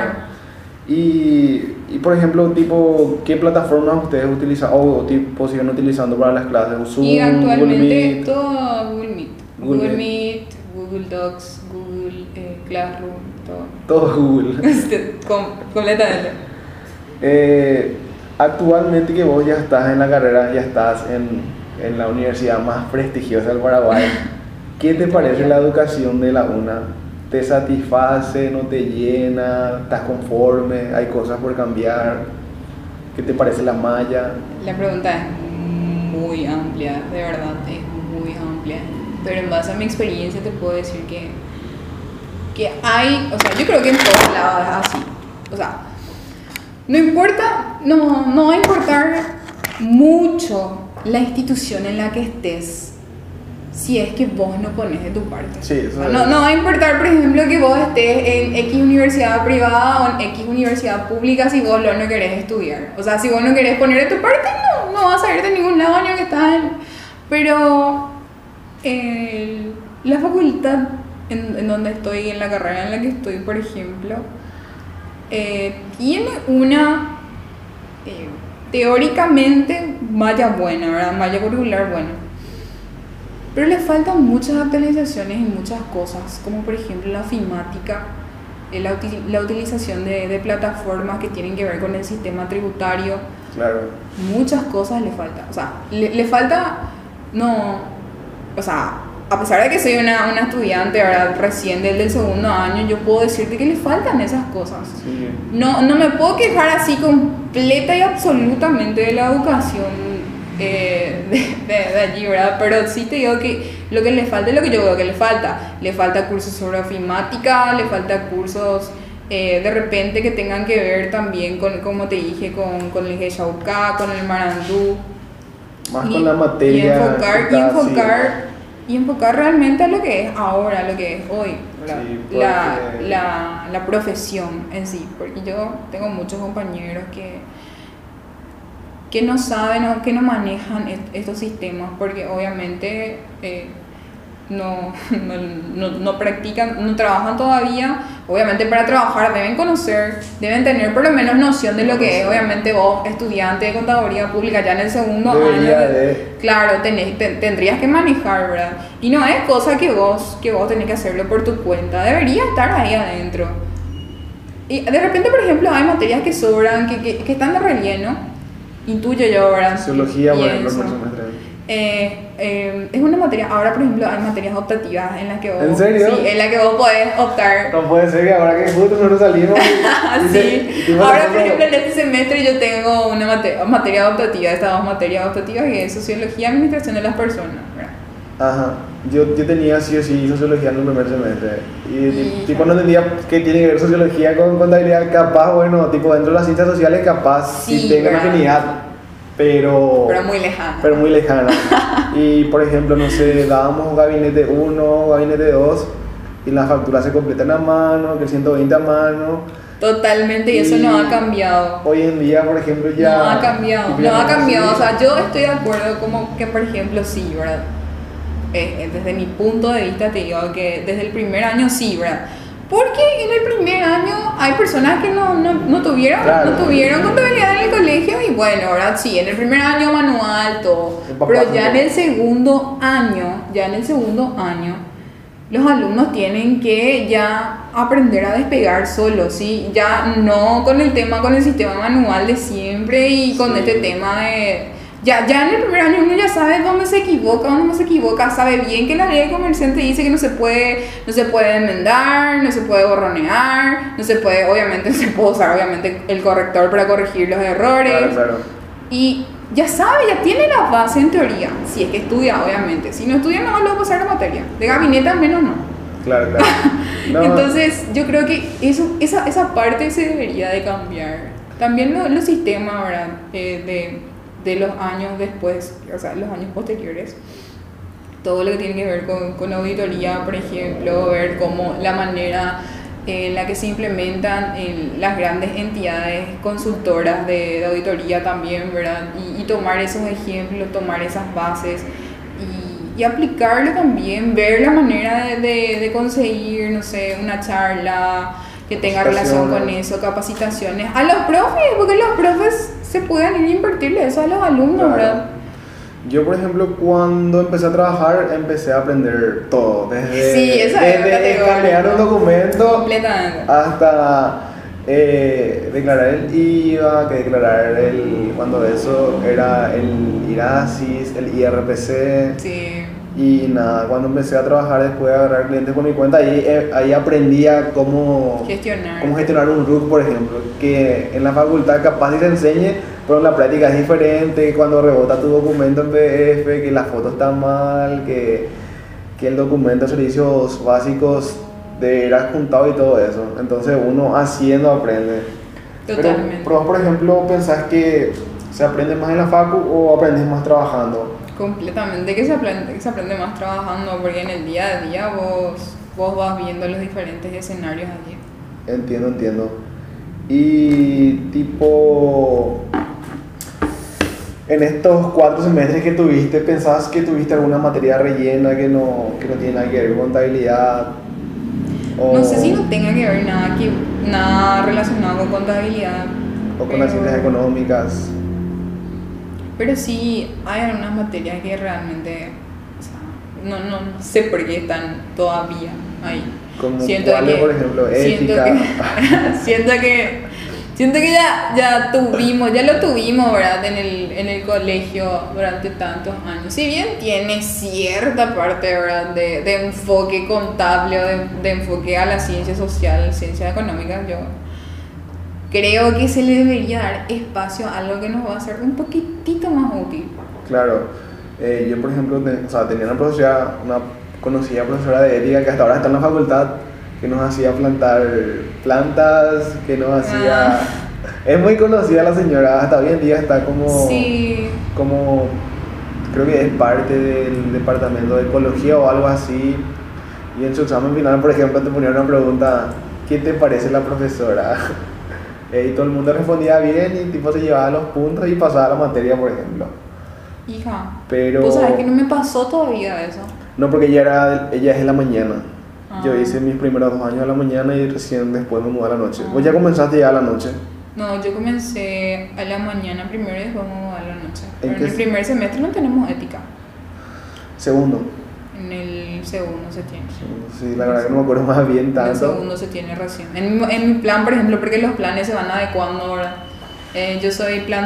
Y por ejemplo, tipo, ¿qué plataformas ustedes utilizan o tipo siguen utilizando para las clases? Zoom, y actualmente Google Meet. todo Google Meet, Google Docs, Google Classroom, todo Google. Completamente. Actualmente que vos ya estás en la carrera, ya estás en la universidad más prestigiosa del Paraguay, ¿qué te parece la educación de la UNA? ¿Te satisface, no te llena, estás conforme, hay cosas por cambiar? ¿Qué te parece la malla? La pregunta es muy amplia, de verdad, es muy amplia. Pero en base a mi experiencia te puedo decir que hay, o sea, yo creo que en todos lados es así. O sea, no importa, no va a importar mucho la institución en la que estés si es que vos no pones de tu parte. Sí, eso es. No va a importar, por ejemplo, que vos estés en X universidad privada o en X universidad pública si vos no querés estudiar. O sea, si vos no querés poner de tu parte, no vas a ir de ningún lado ni que estás en... Pero la facultad en donde estoy, en la carrera en la que estoy, por ejemplo, tiene una teóricamente malla buena, ¿verdad? Malla curricular buena. Pero le faltan muchas actualizaciones y muchas cosas, como por ejemplo la ofimática, la utilización de plataformas que tienen que ver con el sistema tributario. Claro. Muchas cosas le faltan. O sea, le falta no, o sea, a pesar de que soy una estudiante, ¿verdad? Recién del segundo año, yo puedo decirte que le faltan esas cosas. Sí. No, no me puedo quejar así completa y absolutamente de la educación de allí, ¿verdad? Pero sí te digo que lo que le falta es lo que yo veo que le falta. Le falta cursos sobre ofimática, le falta cursos de repente que tengan que ver también con, como te dije, con el Geshauká, con el Marandú. Más con la materia. Y enfocar realmente a lo que es ahora, lo que es hoy, Sí, la profesión en sí. Porque yo tengo muchos compañeros que no saben o que no manejan estos sistemas, porque obviamente no practican, no trabajan todavía. Obviamente para trabajar deben conocer, deben tener por lo menos noción de lo que es. Obviamente vos, estudiante de contaduría pública, ya en el segundo año, claro, tendrías que manejar, ¿verdad? Y no es cosa que vos tenés que hacerlo por tu cuenta, debería estar ahí adentro. Y de repente, por ejemplo, hay materias que sobran, que están de relleno, intuyo yo, ¿verdad? Sociología, por ejemplo, es una materia, ahora por ejemplo hay materias optativas en las que vos... ¿En serio? Sí, en las que vos podés optar. No puede ser que ahora que justo nosotros salimos... Sí, ahora por ejemplo en este semestre yo tengo una materia optativa, estas dos materias optativas, que es Sociología y Administración de las Personas, ¿verdad? Ajá, yo tenía sí o sí Sociología en el primer semestre y tipo no entendía qué tiene que ver Sociología con contabilidad, capaz, bueno, tipo dentro de las ciencias sociales capaz sí tenga una afinidad. Pero muy lejana. Y por ejemplo, no sé, dábamos gabinete 1, gabinete 2 y las facturas se completan a mano, que el 120 a mano. Totalmente, y eso no ha cambiado. Hoy en día, por ejemplo, ya... No ha cambiado, o sea, yo estoy de acuerdo como que, por ejemplo, sí, ¿verdad? Desde mi punto de vista te digo que desde el primer año sí, ¿verdad? Porque en el primer año hay personas que no tuvieron contabilidad en el colegio y bueno, ¿verdad? Sí, en el primer año manual, todo. Pero ya en el segundo año, los alumnos tienen que ya aprender a despegar solos, ¿sí? Ya no con el sistema manual de siempre y con este tema de... Ya en el primer año uno ya sabe dónde se equivoca, dónde no se equivoca, sabe bien que la ley de comerciante dice que no se puede enmendar, no se puede borronear, obviamente se puede usar obviamente el corrector para corregir los errores. Claro. Y ya sabe, ya tiene la base en teoría, si es que estudia obviamente, si no estudia no lo va a pasar la materia, de gabinete al menos no. Claro. No. Entonces yo creo que esa parte se debería de cambiar. También los sistemas, ¿verdad? De los años después, o sea, los años posteriores, todo lo que tiene que ver con auditoría, por ejemplo, ver cómo la manera en la que se implementan en las grandes entidades consultoras de auditoría también, ¿verdad? Y tomar esos ejemplos, tomar esas bases y aplicarlo también, ver la manera de conseguir, no sé, una charla que tenga relación con eso, capacitaciones a los profes, porque los profes se pueden ir a invertirle eso a los alumnos, claro. ¿Verdad? Yo, por ejemplo, cuando empecé a trabajar, empecé a aprender todo, desde escanear un documento hasta declarar el IVA, cuando eso era el IRASIS, el IRPC. Sí. Y nada, cuando empecé a trabajar después de agarrar clientes por mi cuenta, ahí aprendí a cómo gestionar un RUC, por ejemplo, que en la facultad capaz sí se enseñe, pero en la práctica es diferente, cuando rebota tu documento en PDF, que la foto está mal, que el documento de servicios básicos deberá juntado y todo eso. Entonces uno haciendo aprende. Totalmente. Pero vos, por ejemplo, ¿pensás que se aprende más en la facu o aprendes más trabajando? Completamente que se aprende más trabajando, porque en el día a día vos vas viendo los diferentes escenarios allí. Entiendo. Y tipo, en estos 4 semestres que tuviste, ¿pensabas que tuviste alguna materia rellena que no tiene nada que ver con contabilidad? No sé si no tenga que ver nada relacionado con contabilidad. O con las ciencias económicas. Pero sí hay algunas materias que realmente, o sea, no sé por qué están todavía ahí. Como cuáles, por ejemplo, ética. Siento Siento que ya lo tuvimos, ¿verdad? En el colegio durante tantos años. Si bien tiene cierta parte, ¿verdad? De enfoque contable, de enfoque a la ciencia social, ciencia económica, yo creo que se le debería dar espacio a algo que nos va a hacer un poquitito más útil. Claro, yo por ejemplo, tenía una profesora, una conocida profesora de ética que hasta ahora está en la facultad, que nos hacía plantar plantas, que nos hacía... Es muy conocida la señora, hasta hoy en día está como... Sí. Como... Creo que es parte del departamento de ecología o algo así. Y en su examen final, por ejemplo, te ponía una pregunta: ¿qué te parece la profesora? Y todo el mundo respondía bien y tipo se llevaba los puntos y pasaba la materia, por ejemplo. Hija, Pero... ¿vos sabés que no me pasó todavía eso? No, porque ella es en la mañana. Ah. Yo hice mis primeros 2 años a la mañana y recién después me mudé a la noche. ¿Vos ya comenzaste ya a la noche? No, yo comencé a la mañana primero y después me mudé a la noche. Pero en qué el primer semestre no tenemos ética. Segundo. En el segundo se tiene. Sí, la verdad que no me acuerdo más bien tanto. En el segundo se tiene recién. En mi plan, por ejemplo, porque los planes se van adecuando ahora. Yo soy plan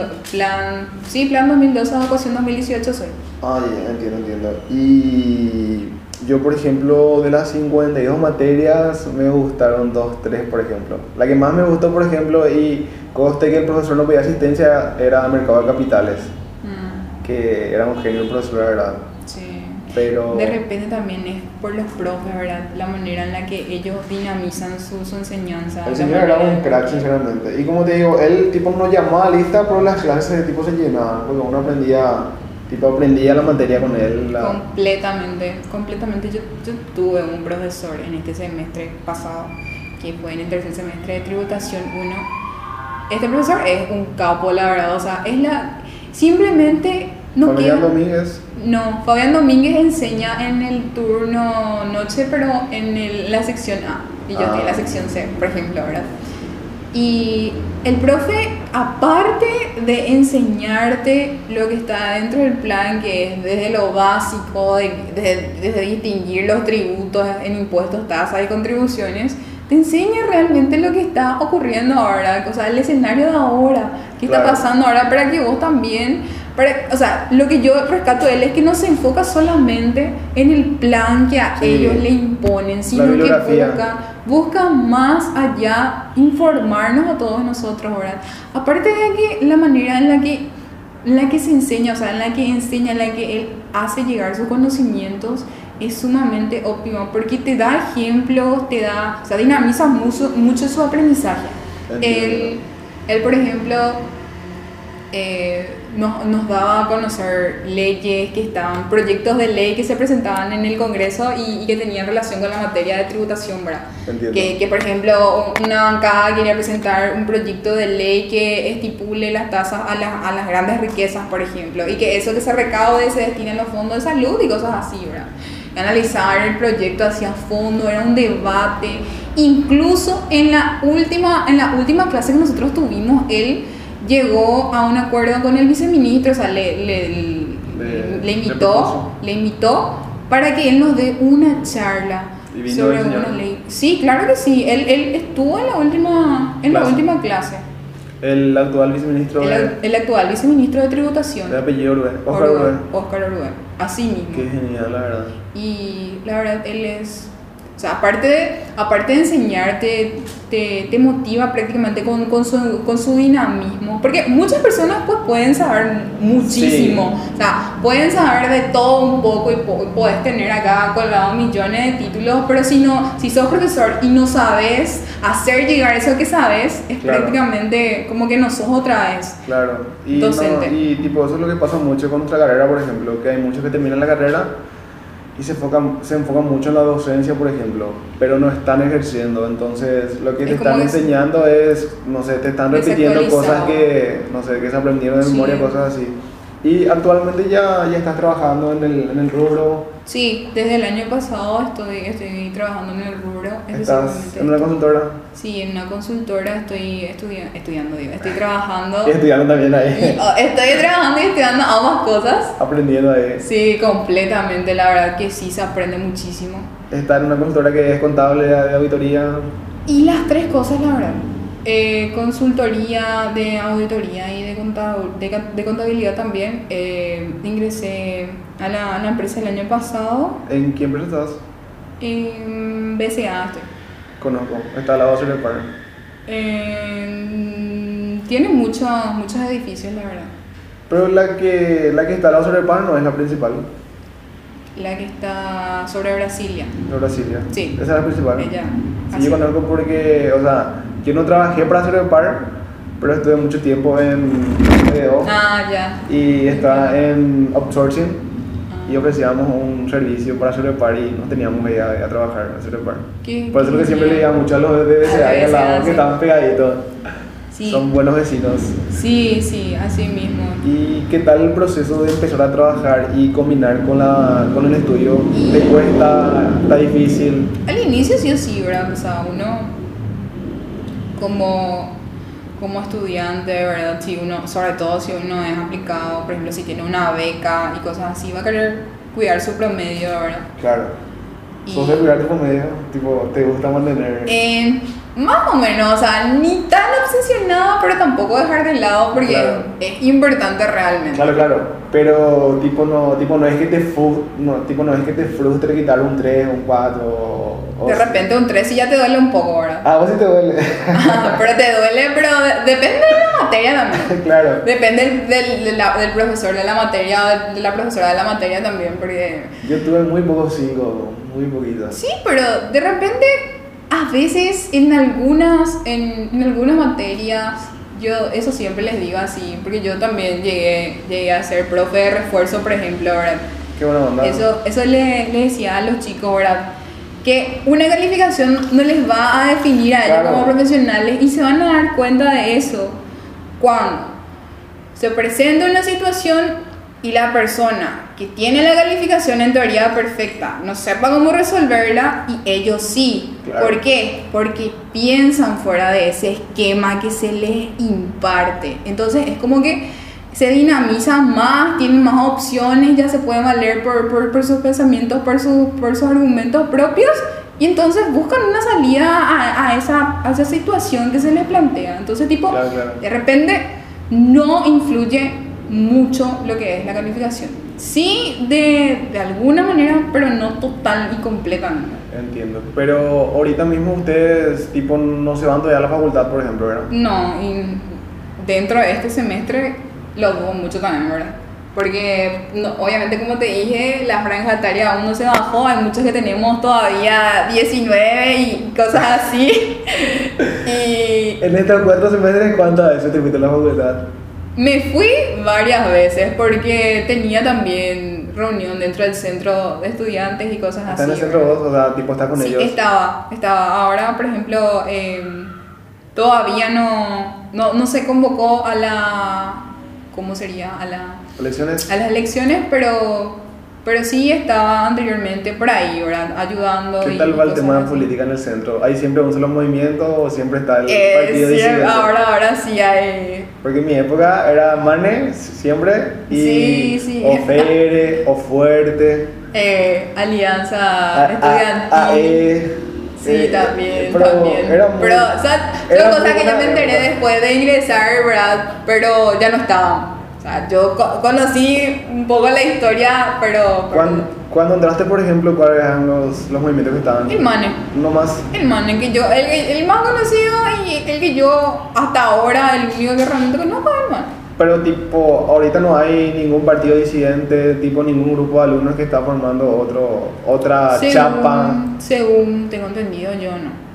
2012, evacuación 2018 soy. Ah, ya, entiendo. Y yo, por ejemplo, de las 52 materias, me gustaron 2, 3, por ejemplo. La que más me gustó, por ejemplo, y conste que el profesor no pedía asistencia, era Mercado de Capitales. Que era un genio el profesor, la verdad. Sí. Pero... De repente también es por los profes, ¿verdad? La manera en la que ellos dinamizan su enseñanza. El señor era un crack, sinceramente. Y como te digo, él tipo nos llamaba a lista, pero las clases de tipo se llenaban, porque uno aprendía la materia con él. Completamente. Yo tuve un profesor en este semestre pasado, que fue en el tercer semestre de tributación 1. Este profesor es un capo, la verdad. O sea, simplemente no Fabián queda... Domínguez. No, Fabián Domínguez enseña en el turno noche, pero en la sección A. Y yo estoy en la sección C, por ejemplo, ¿verdad? Y el profe, aparte de enseñarte lo que está dentro del plan, que es desde lo básico, desde distinguir los tributos en impuestos, tasas y contribuciones, te enseña realmente lo que está ocurriendo ahora, o sea, el escenario de ahora, qué está pasando ahora, para que vos también... o sea, lo que yo rescato de él es que no se enfoca solamente en el plan que a ellos le imponen, sino que busca más allá informarnos a todos nosotros, ¿verdad? Aparte de que la manera en la que se enseña, o sea, en la que él hace llegar sus conocimientos es sumamente óptima, porque te da ejemplos, o sea, dinamiza mucho su aprendizaje. Él, por ejemplo, nos daba a conocer leyes que estaban, proyectos de ley que se presentaban en el Congreso y que tenían relación con la materia de tributación, ¿verdad? Que por ejemplo, una bancada quería presentar un proyecto de ley que estipule las tasas a las grandes riquezas, por ejemplo, y que eso que se recaude se destine a los fondos de salud y cosas así, ¿verdad? Analizar el proyecto hacia fondo, era un debate. Incluso en la última clase que nosotros tuvimos, él llegó a un acuerdo con el viceministro, o sea, le invitó para que él nos dé una charla sobre una ley. Sí, claro que sí, él estuvo en la última clase. El actual viceministro el actual viceministro de tributación. De apellido Orué. Oscar Orué. Así mismo. Qué genial, la verdad. Y la verdad, él es... O sea, aparte de enseñarte, te motiva prácticamente con su dinamismo. Porque muchas personas pues pueden saber muchísimo. Sí. O sea, pueden saber de todo un poco y puedes tener acá colgado millones de títulos. Pero si sos profesor y no sabes hacer llegar eso que sabes, es prácticamente como que no sos otra vez. Claro. Y docente. Y tipo, eso es lo que pasa mucho con nuestra carrera, por ejemplo. Que hay muchos que terminan la carrera y se enfocan mucho en la docencia, por ejemplo, pero no están ejerciendo. Entonces lo que te están enseñando es, no sé, te están repitiendo cosas que, no sé, que se aprendieron de memoria, cosas así. Y actualmente ya estás trabajando en el rubro. Sí, desde el año pasado estoy trabajando en el rubro. ¿Estás en una consultora? Sí, en una consultora estoy estoy trabajando. Y estudiando también ahí. Estoy trabajando y estudiando ambas cosas. Aprendiendo ahí. Sí, completamente, la verdad que sí, se aprende muchísimo. ¿Estás en una consultora que es contable, de auditoría? Y las tres cosas, la verdad. Consultoría de auditoría y de contabilidad también. Ingresé a la empresa el año pasado. ¿En qué empresa estás? En BCA estoy. Conozco, está al lado de Solar Park. Tiene muchos edificios, la verdad. Pero la que está al lado de Solar Park no es la principal. La que está sobre Brasilia. De Brasilia. Sí. Esa es la principal. Ella. Sí, Así. yo conozco porque, o sea, yo no trabajé para Solar Park, pero estuve mucho tiempo en BDO Ah, ya. y estaba en outsourcing Ah. y ofrecíamos un servicio para Solar Park y nos teníamos que ir a trabajar en Solar Park. ¿Qué- Por eso qué es que siempre le genial? digo mucho a los de BCA ahí al lado sí. que están pegaditos. Sí. Son buenos vecinos. Sí, así mismo. ¿Y qué tal el proceso de empezar a trabajar y combinar con el estudio? ¿Te cuesta? ¿Está difícil? Al inicio sí o sí, ¿verdad? O sea, uno como estudiante, ¿verdad? Si uno, sobre todo si uno es aplicado, por ejemplo, si tiene una beca y cosas así, va a querer cuidar su promedio, ¿verdad? Claro. ¿Sos de cuidar tu comedia? Tipo, ¿te gusta mantener? Más o menos, o sea, ni tan obsesionado, pero tampoco dejar de lado porque Claro. es importante realmente. Claro. Pero tipo no es que no es que te frustre quitar un 3, un 4 o De repente un 3 sí ya te duele un poco, ¿verdad? Ah, vos sí te duele. Pero te duele, pero depende de la materia también. Claro. Depende del profesor de la materia o de la profesora de la materia también, porque... Yo tuve muy pocos 5, muy poquitos. Sí, pero de repente, a veces en algunas materias, yo eso siempre les digo así, porque yo también llegué a ser profe de refuerzo, por ejemplo, ¿verdad? Qué buena onda. Eso le decía a los chicos, ¿verdad? Que una calificación no les va a definir a ellos Claro. como profesionales y se van a dar cuenta de eso cuando se presenta una situación y la persona que tiene la calificación en teoría perfecta no sepa cómo resolverla y ellos sí. Claro. ¿Por qué? Porque piensan fuera de ese esquema que se les imparte. Entonces es como que se dinamizan más, tienen más opciones, ya se pueden valer por sus pensamientos, por sus argumentos propios y entonces buscan una salida a esa situación que se les plantea. Entonces tipo, Claro. de repente no influye mucho lo que es la calificación. Sí, de alguna manera, pero no total y completamente. Entiendo. Pero ahorita mismo ustedes tipo no se van todavía a la facultad, por ejemplo, ¿verdad? No, y dentro de este semestre lo dudo mucho también, ¿verdad? Porque obviamente, como te dije, la franja etaria aún no se bajó, hay muchos que tenemos todavía 19 y cosas así. Y En estos 4 semestres, ¿cuántas veces te fuiste a la facultad? me fui varias veces porque tenía también reunión dentro del centro de estudiantes y cosas ¿Estás así. en el centro ¿verdad? vos? O sea, tipo, ¿estás con Sí, ellos? estaba. Ahora, por ejemplo, todavía no se convocó a la... ¿Cómo sería? ¿Colecciones? A las elecciones, pero sí estaba anteriormente por ahí, ¿verdad? Ayudando. ¿Qué y tal va el cosas tema de así. política en el centro? ¿Hay siempre un solo movimiento o siempre está el partido Sí, disidente? ahora sí hay... Porque en mi época era Mane siempre y Sí. o Fere o Fuerte, Alianza Estudiantil. AE. Sí, también. Era muy- Pero, o sea, era son cosas muy que yo me buena enteré época. después de ingresar, ¿verdad? Pero ya no estaban. O sea, yo conocí un poco la historia, pero... Cuando entraste, por ejemplo, ¿cuáles eran los movimientos que estaban? El Mane. No más. El Mane, que yo, el más conocido y el que yo hasta ahora, el único que realmente conozco es el Mane. Pero tipo, ahorita no hay ningún partido disidente, tipo ningún grupo de alumnos que está formando otra chapa. Según tengo entendido, yo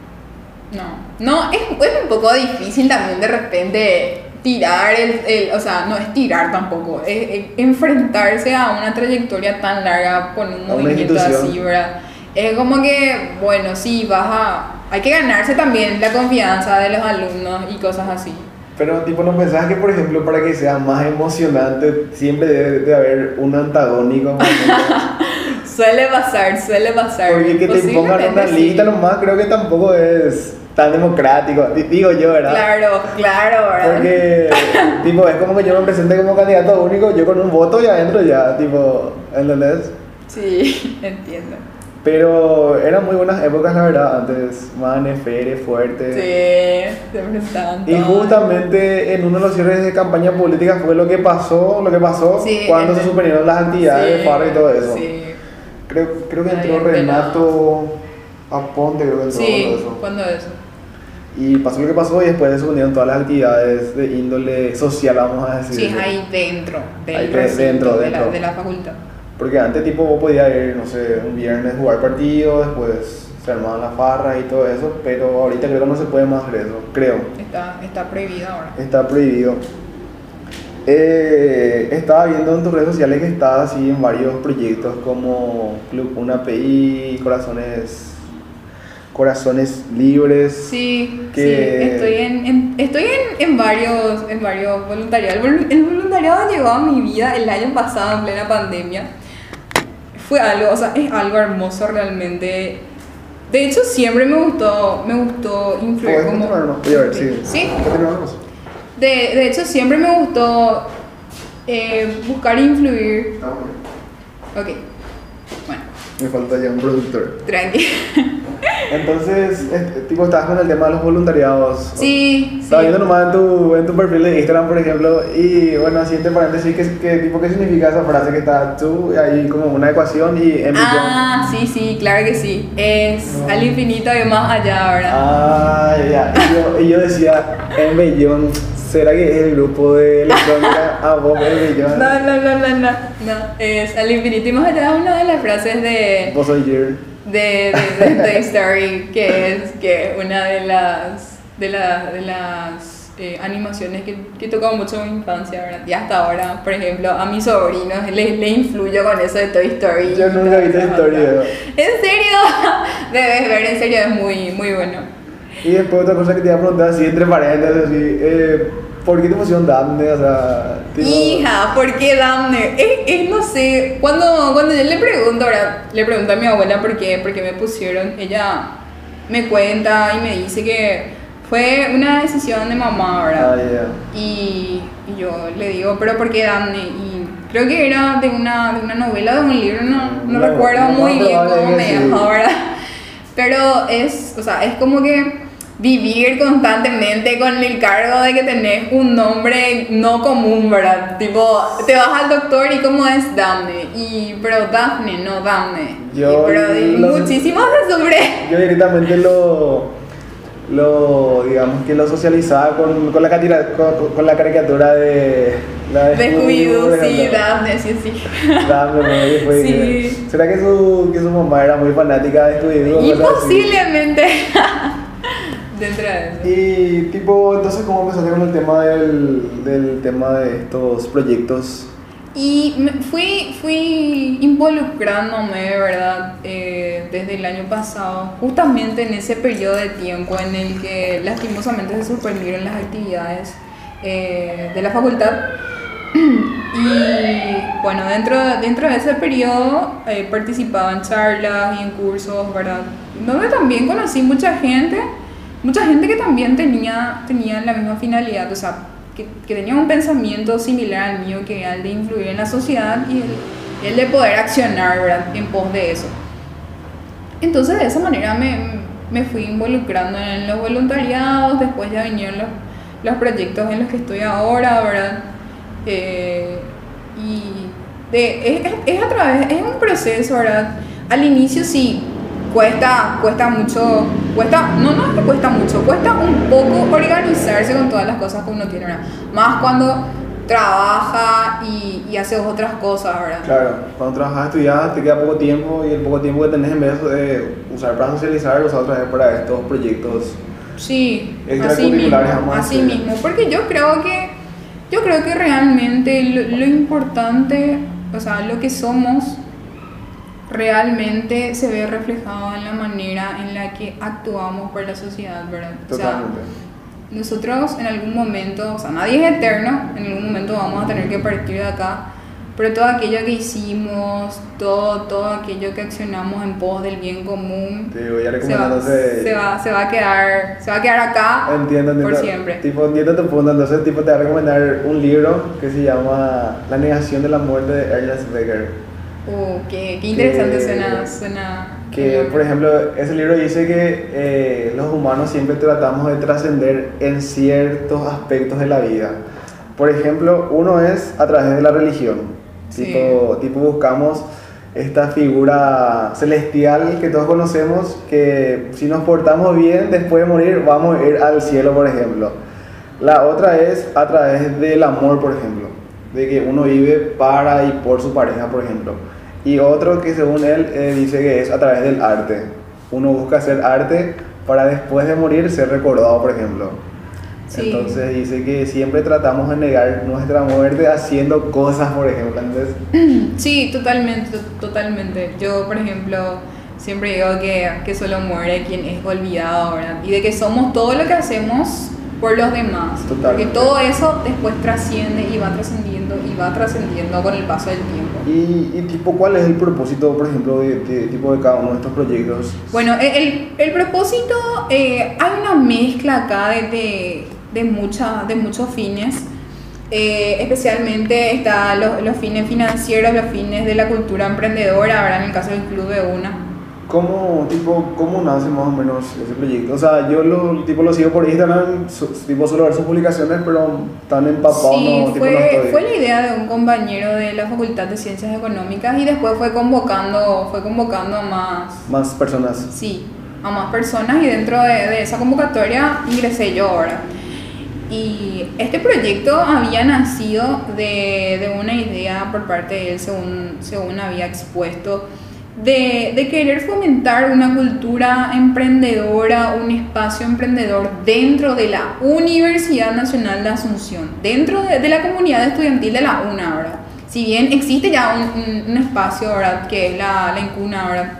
no, es un poco difícil también de repente tirar o sea, no es tirar tampoco, es enfrentarse a una trayectoria tan larga con un A una movimiento institución. así, ¿verdad? Es como que, bueno, sí, hay que ganarse también la confianza de los alumnos y cosas así. Pero tipo, ¿no pensás que, por ejemplo, para que sea más emocionante, siempre debe de haber un antagónico? Suele pasar. Porque que te pongan una Posiblemente lista sí. nomás creo que tampoco es tan democrático, digo yo, ¿verdad? Claro, ¿verdad? Porque, tipo, es como que yo me presente como candidato único, yo con un voto y adentro ya, tipo, ¿entendés? Sí, entiendo. Pero eran muy buenas épocas, la verdad, antes, Mane, Fere, Fuerte. Sí, siempre estaban Y todos. justamente en uno de los cierres de campaña política fue lo que pasó Sí, cuando se ese. suspendieron las actividades de Sí, Farra y todo eso. Sí, Creo que Nadie entró Renato Aponte, creo que entró sí, cuando eso. cuando eso. Y pasó lo que pasó y después se suspendieron todas las actividades de índole social, vamos a decir. Sí, ahí dentro del Ahí recinto dentro, de dentro. de la facultad. Porque antes tipo vos podías ir, no sé, un viernes jugar partido, después se armaban las farras y todo eso, pero ahorita creo que no se puede más hacer eso, creo. Está prohibida ahora. Está prohibido. Estaba viendo en tus redes sociales que estabas así en varios proyectos como Club Una PI, Corazones Libres. Sí, Que- sí, estoy en varios voluntariados. El voluntariado llegó a mi vida el año pasado en plena pandemia. Fue algo, o sea, es algo hermoso realmente. De hecho, siempre me gustó influir ¿Puedes como... continuar, no? Voy a ver, sí. Sí. Continuamos. De hecho, siempre me gustó buscar influir. Está muy bien. Ok, bueno, Me falta ya un productor. tranqui. Entonces, tipo, estabas con el tema de los voluntariados. Sí, sí. Estaba viendo nomás en tu perfil de Instagram, por ejemplo, y bueno, así entre paréntesis, ¿qué significa esa frase que está tú ahí como una ecuación y en Ah, sí, claro que sí. Es No. al infinito y más allá, ¿verdad? Ah, ya. Y yo decía, en Bellón, ¿será que es el grupo de electrónica a Bob en Bellón? No. Es al infinito y más allá es una de las frases de Vos soy Jer. Toy Story, que es una de las animaciones que tocó mucho en mi infancia, ¿verdad? Y hasta ahora, por ejemplo, a mis sobrinos le influyo con eso de Toy Story. Yo nunca vi Toy Story. ¿En serio? Debes ver, en serio, es muy, muy bueno. Y después otra cosa que te iba a preguntar, así entre paréntesis, así, ¿por qué te pusieron Daphne? O sea, tipo, Hija, ¿por qué Daphne? No sé, cuando yo le pregunto, ahora le pregunto a mi abuela por qué me pusieron, ella me cuenta y me dice que fue una decisión de mamá, ¿verdad? Ah, ya. Y yo le digo, ¿pero por qué Daphne? Y creo que era de una novela, de un libro, no No, recuerdo lo muy más bien probable cómo es que me sí. llamó, ¿verdad? Pero es como que vivir constantemente con el cargo de que tenés un nombre no común, ¿verdad? Tipo, te vas al doctor y ¿cómo es Daphne? Pero Daphne, no Daphne. Yo Muchísimo se sufre. Yo directamente digamos que lo socializaba con la caricatura de la De Scooby-Doo, por sí, ejemplo. Daphne, sí. Daphne, ¿no? Y fue Sí. que- ¿Será que su mamá era muy fanática de Scooby-Doo? Y Cosas así. posiblemente dentro de eso. Y tipo, entonces, ¿cómo empezaste con el tema del tema de estos proyectos? Y fui involucrándome, ¿verdad? Desde el año pasado, justamente en ese periodo de tiempo en el que lastimosamente se suspendieron las actividades de la facultad. Y bueno, dentro de ese periodo participaba en charlas y en cursos, ¿verdad? Donde también conocí mucha gente que también tenía la misma finalidad, o sea, que tenía un pensamiento similar al mío, que era el de influir en la sociedad y el de poder accionar, ¿verdad?, en pos de eso. Entonces de esa manera me fui involucrando en los voluntariados, después ya vinieron los proyectos en los que estoy ahora, ¿verdad? Es un proceso, ¿verdad? Al inicio sí, cuesta mucho, no es que cuesta mucho, cuesta un poco organizarse con todas las cosas que uno tiene, ¿verdad? Más cuando trabaja y hace otras cosas, ¿verdad? Claro, cuando trabajas, estudias, te queda poco tiempo y el poco tiempo que tenés en vez de usar para socializar, usar otra vez para estos proyectos. Sí, Extracurriculares, vamos a así decir. mismo, porque yo creo que realmente lo importante, o sea, lo que somos realmente se ve reflejado en la manera en la que actuamos por la sociedad, ¿verdad? Totalmente. O sea, nosotros en algún momento, o sea, nadie es eterno, en algún momento vamos a tener que partir de acá, pero todo aquello que hicimos, todo aquello que accionamos en pos del bien común, Te voy a se recomendar, entonces. va a quedar acá Entiendo. por siempre. Tipo, entiendo tu punto. Entonces, tipo, te voy a recomendar un libro que se llama La negación de la muerte de Ernest Becker. Qué interesante Que- suena Que, por ejemplo, ese libro dice que los humanos siempre tratamos de trascender en ciertos aspectos de la vida. Por ejemplo, uno es a través de la religión. Sí. Tipo buscamos esta figura celestial que todos conocemos, que si nos portamos bien, después de morir, vamos a ir al cielo, por ejemplo. La otra es a través del amor, por ejemplo, de que uno vive para y por su pareja, por ejemplo. Y otro que según él dice que es a través del arte. Uno busca hacer arte para después de morir ser recordado, por ejemplo. Sí. Entonces dice que siempre tratamos de negar nuestra muerte haciendo cosas, por ejemplo. Entonces, Sí, totalmente, totalmente. Yo, por ejemplo, siempre digo que solo muere quien es olvidado, ¿verdad? Y de que somos todo lo que hacemos por los demás. Totalmente. Porque todo eso después trasciende y va trascendiendo con el paso del tiempo. y tipo, ¿cuál es el propósito, por ejemplo, tipo de cada uno de estos proyectos? Bueno, el propósito, hay una mezcla acá de muchos fines. Especialmente está los fines financieros, los fines de la cultura emprendedora, ahora en el caso del Club de Una. ¿Cómo nace más o menos ese proyecto? O sea, yo lo sigo por Instagram, suelo ver sus publicaciones, pero tan empapado Sí, no estoy. fue la idea de un compañero de la Facultad de Ciencias Económicas y después fue convocando a Más personas. sí, a más personas, y dentro de esa convocatoria ingresé yo ahora. Y este proyecto había nacido de una idea por parte de él, según había expuesto, de querer fomentar una cultura emprendedora, un espacio emprendedor dentro de la Universidad Nacional de Asunción, dentro de la comunidad estudiantil de la UNA, ¿verdad? Si bien existe ya un espacio, ¿verdad?, que es la INCUNA, ¿verdad?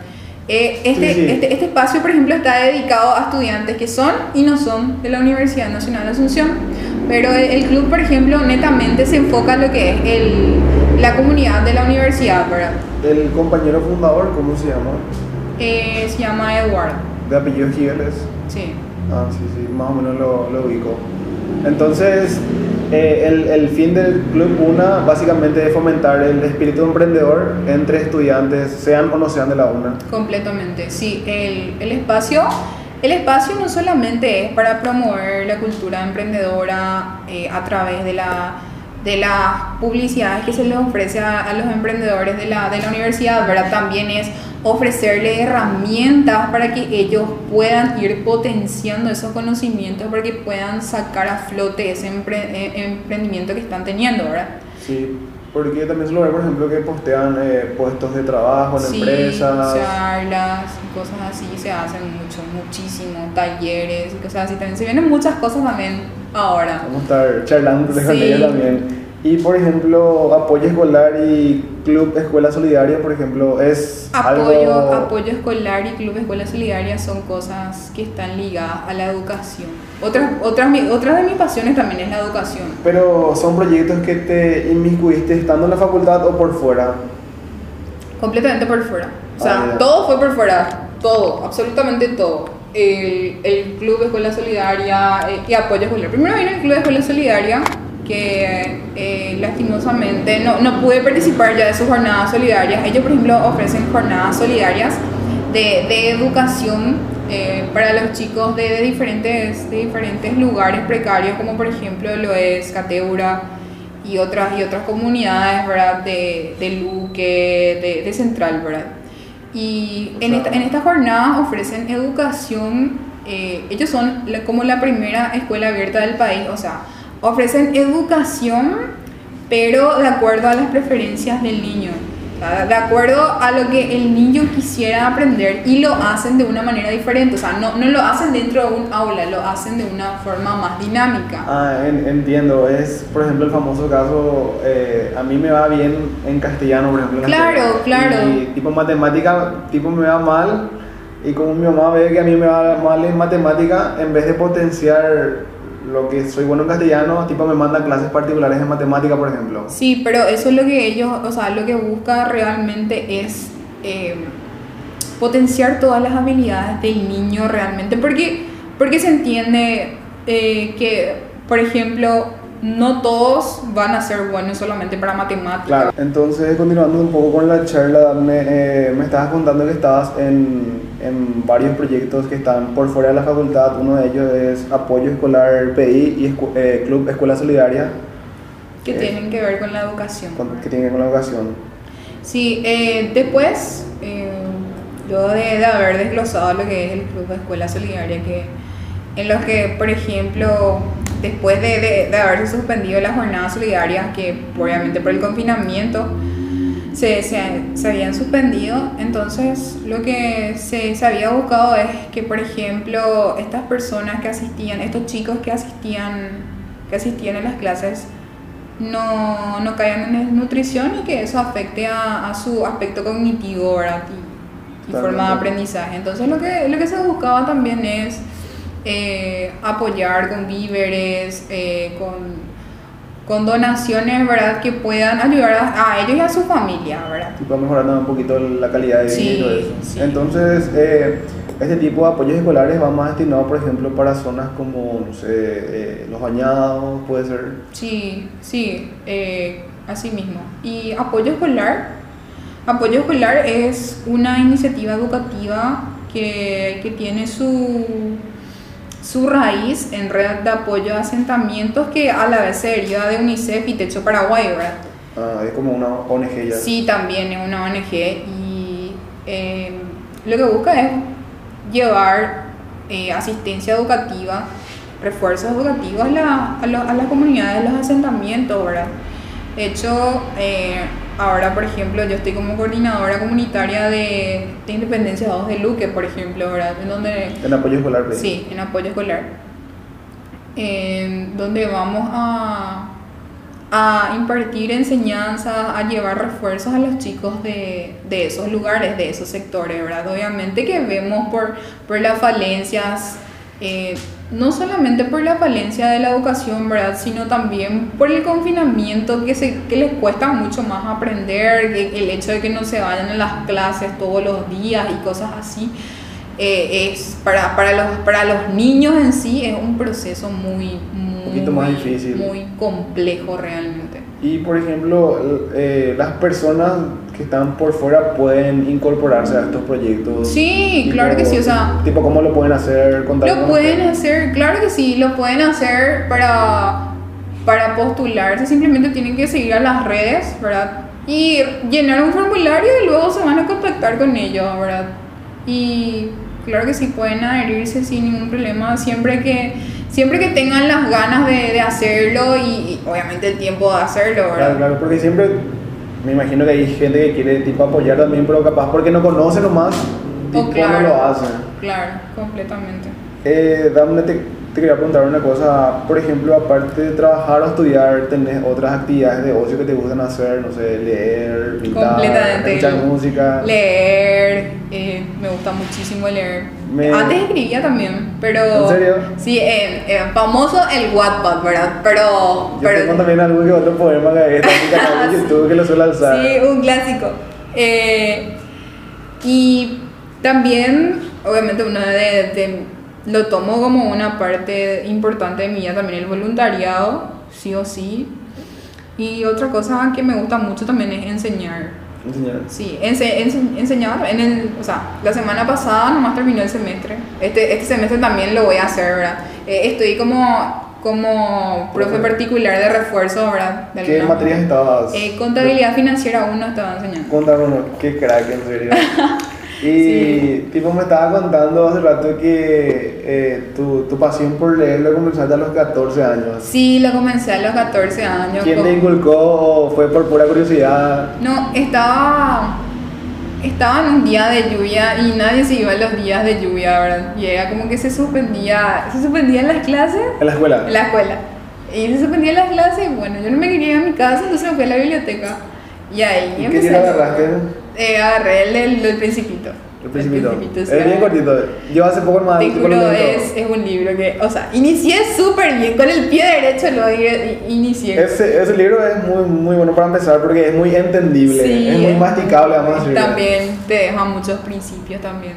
Este espacio, por ejemplo, está dedicado a estudiantes que son y no son de la Universidad Nacional de Asunción, pero el club, por ejemplo, netamente se enfoca en lo que es la comunidad de la universidad, ¿verdad? El compañero fundador, ¿cómo se llama? Se llama Edward. De apellido Giles. Sí. Ah, sí, más o menos lo ubico. Entonces, el fin del Club UNA básicamente es fomentar el espíritu emprendedor entre estudiantes, sean o no sean de la UNA. Completamente, sí. El espacio no solamente es para promover la cultura emprendedora a través de las publicidades que se les ofrece a los emprendedores de la universidad, ¿verdad? También es ofrecerles herramientas para que ellos puedan ir potenciando esos conocimientos, para que puedan sacar a flote ese emprendimiento que están teniendo, ¿verdad? Sí, porque también suelo ver, por ejemplo, que postean puestos de trabajo en empresas. Charlas, cosas así se hacen muchísimo, talleres y cosas así. También se vienen muchas cosas también ahora. Vamos a estar charlando con Sí. ellos también. Y, por ejemplo, apoyo escolar y Club Escuela Solidaria, por ejemplo, es Apoyo escolar y Club Escuela Solidaria son cosas que están ligadas a la educación. Otras de mis pasiones también es la educación. Pero son proyectos que te inmiscuiste estando en la facultad o por fuera. Completamente por fuera. O sea, ya. todo fue por fuera. Todo, absolutamente todo. El Club Escuela Solidaria y apoyo escolar. Primero vino el Club Escuela Solidaria, que lastimosamente no pude participar ya de sus jornadas solidarias. Ellos, por ejemplo, ofrecen jornadas solidarias de educación para los chicos de diferentes lugares precarios, como por ejemplo lo es Cateura y otras comunidades, ¿verdad? De Luque, de Central, ¿verdad? Y en esta jornada ofrecen educación. Ellos son como la primera escuela abierta del país, o sea, ofrecen educación, pero de acuerdo a las preferencias del niño, o sea, de acuerdo a lo que el niño quisiera aprender, y lo hacen de una manera diferente. O sea, no lo hacen dentro de un aula, lo hacen de una forma más dinámica. Entiendo. Es, por ejemplo, el famoso caso, a mí me va bien en castellano, por ejemplo. En Claro. Y tipo matemática, tipo me va mal, y como mi mamá ve que a mí me va mal en matemática, en vez de potenciar lo que soy bueno en castellano, tipo me mandan clases particulares en matemática, por ejemplo. Sí, pero eso es lo que ellos, o sea, lo que busca realmente es potenciar todas las habilidades del niño realmente, porque se entiende que, por ejemplo, no todos van a ser buenos solamente para matemáticas. Claro, entonces continuando un poco con la charla, me estabas contando que estabas en varios proyectos que están por fuera de la facultad. Uno de ellos es Apoyo Escolar PI y Club Escuela Solidaria. Que tienen que ver con la educación. Que tienen que ver con la educación. Sí, después, luego de haber desglosado lo que es el Club de Escuela Solidaria, en los que, por ejemplo, después de haberse suspendido las jornadas solidarias, que obviamente por el confinamiento se habían suspendido, entonces lo que se había buscado es que, por ejemplo, estas personas que asistían, estos chicos que asistían a las clases, no caigan en desnutrición y que eso afecte a su aspecto cognitivo, ¿verdad? Y forma de aprendizaje. Entonces lo que se buscaba también es apoyar con víveres, con donaciones, ¿verdad? Que puedan ayudar a ellos y a su familia, ¿verdad? Y para mejorar un poquito la calidad de vida y todo eso. Sí. Entonces, este tipo de apoyos escolares va más destinado, por ejemplo, para zonas como, no sé, Los Bañados, puede ser. Sí, así mismo. Y Apoyo Escolar es una iniciativa educativa que tiene su raíz en red de apoyo a asentamientos que a la vez se deriva de UNICEF y Techo Paraguay, ¿verdad? Ah, es como una ONG ya. Sí, también es una ONG y lo que busca es llevar asistencia educativa, refuerzos educativos a las comunidades de los asentamientos, ¿verdad? De hecho, ahora, por ejemplo, yo estoy como coordinadora comunitaria de Independencia 2 de Luque, por ejemplo, ¿verdad? En apoyo escolar, ¿verdad? Sí, en apoyo escolar. Donde vamos a impartir enseñanza, a llevar refuerzos a los chicos de esos lugares, de esos sectores, ¿verdad? Obviamente que vemos por las falencias, no solamente por la falencia de la educación, ¿verdad? Sino también por el confinamiento que les cuesta mucho más aprender, el hecho de que no se vayan a las clases todos los días y cosas así. Es para los niños en sí es un proceso un poquito más difícil, muy complejo realmente. Y por ejemplo, las personas que están por fuera pueden incorporarse a estos proyectos. Sí, tipo, claro que sí, o sea, tipo, ¿cómo lo pueden hacer? Lo pueden hacer, claro que sí, lo pueden hacer para postularse. Simplemente tienen que seguir a las redes, ¿verdad? Y llenar un formulario y luego se van a contactar con ellos, ¿verdad? Y claro que sí pueden adherirse sin ningún problema, siempre que tengan las ganas de hacerlo y obviamente el tiempo de hacerlo, ¿verdad? Claro, porque siempre me imagino que hay gente que quiere tipo apoyar también, pero capaz porque no conoce nomás, tipo claro, no lo hace. Claro, completamente. Dame, te quería preguntar una cosa, por ejemplo, aparte de trabajar o estudiar, ¿tenés otras actividades de ocio que te gustan hacer? No sé, leer, pintar, escuchar música. Leer, me gusta muchísimo leer. Antes escribía también, pero... ¿En serio? Sí, famoso el Wattpad, ¿verdad? Pero tengo también algún que otro poema que está en mi canal de YouTube que lo suelo alzar. Sí, un clásico. Y también, obviamente, lo tomo como una parte importante de mi vida también, el voluntariado, sí o sí. Y otra cosa que me gusta mucho también es enseñar. ¿Enseñar? Sí, enseñar. O sea, la semana pasada nomás terminó el semestre. Este semestre también lo voy a hacer, ¿verdad? Estoy como profe particular de refuerzo, ¿verdad? ¿Qué materias estabas? Contabilidad financiera 1 estaba enseñando. Contabilidad 1, qué crack, en serio. Y sí. Tipo me estaba contando hace rato que tu pasión por leer lo comenzaste a los 14 años. Sí, lo comencé a los 14 años. ¿Quién te inculcó o fue por pura curiosidad? No, estaba en un día de lluvia y nadie se iba a los días de lluvia, ¿verdad? Y era como que se suspendían las clases. ¿En la escuela? En la escuela. Y se suspendían las clases y bueno, yo no me quería ir a mi casa, entonces me fui a la biblioteca. Y ahí ¿Y qué libro agarraste? Agarré el Principito. El Principito. Sí, es bien cortito. Yo hace poco más. Te juro, es un libro que, o sea, inicié súper bien, con el pie derecho lo inicié. Ese libro es muy, muy bueno para empezar porque es muy entendible, sí, es muy masticable, vamos a decir. También te deja muchos principios también.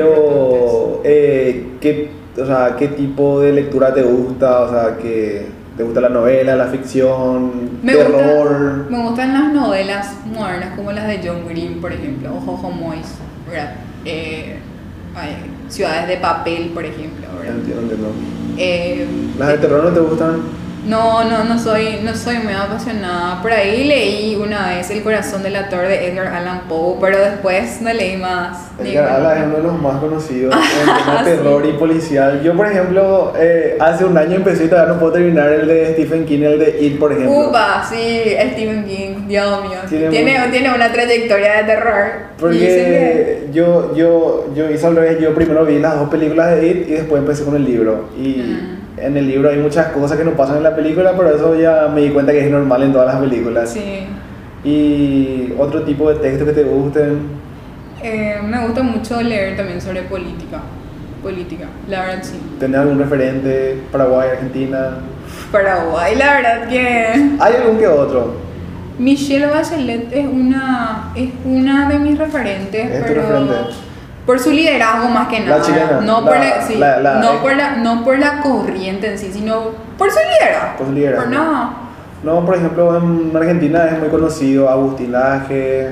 Pero, ¿qué tipo de lectura te gusta? O sea, ¿Te gusta la novela, la ficción, Me terror? me gustan las novelas modernas como las de John Green, por ejemplo, o Jojo Moyes, ¿verdad? Ciudades de papel, por ejemplo, ¿verdad? Entiendo. Eh, ¿Las de terror no te gustan? no soy muy apasionada. Por ahí leí una vez El corazón del actor de Edgar Allan Poe, pero después no leí más. Edgar Allan es uno de los más conocidos en tema de terror y policial. Yo, por ejemplo, hace un año empecé y todavía no puedo terminar el de Stephen King, el de It, por ejemplo. Upa, sí, Stephen King, Dios mío. Tiene Tiene una trayectoria de terror. Y Porque dicen yo hice al revés, yo primero vi las dos películas de It y después empecé con el libro. Y en el libro hay muchas cosas que no pasan en la película, pero eso ya me di cuenta que es normal en todas las películas. Sí. Y otro tipo de texto que te gusten. Me gusta mucho leer también sobre política. Política, la verdad sí. ¿Tenés algún referente? Paraguay, Argentina. Paraguay, la verdad que ¿Hay algún que otro? Michelle Bachelet es una de mis referentes, ¿Es tu pero referente? por su liderazgo más que nada. chilena, No, no por la corriente en sí, sino por su liderazgo. Por su liderazgo. Por nada. No, por ejemplo, en Argentina es muy conocido Agustín Laje.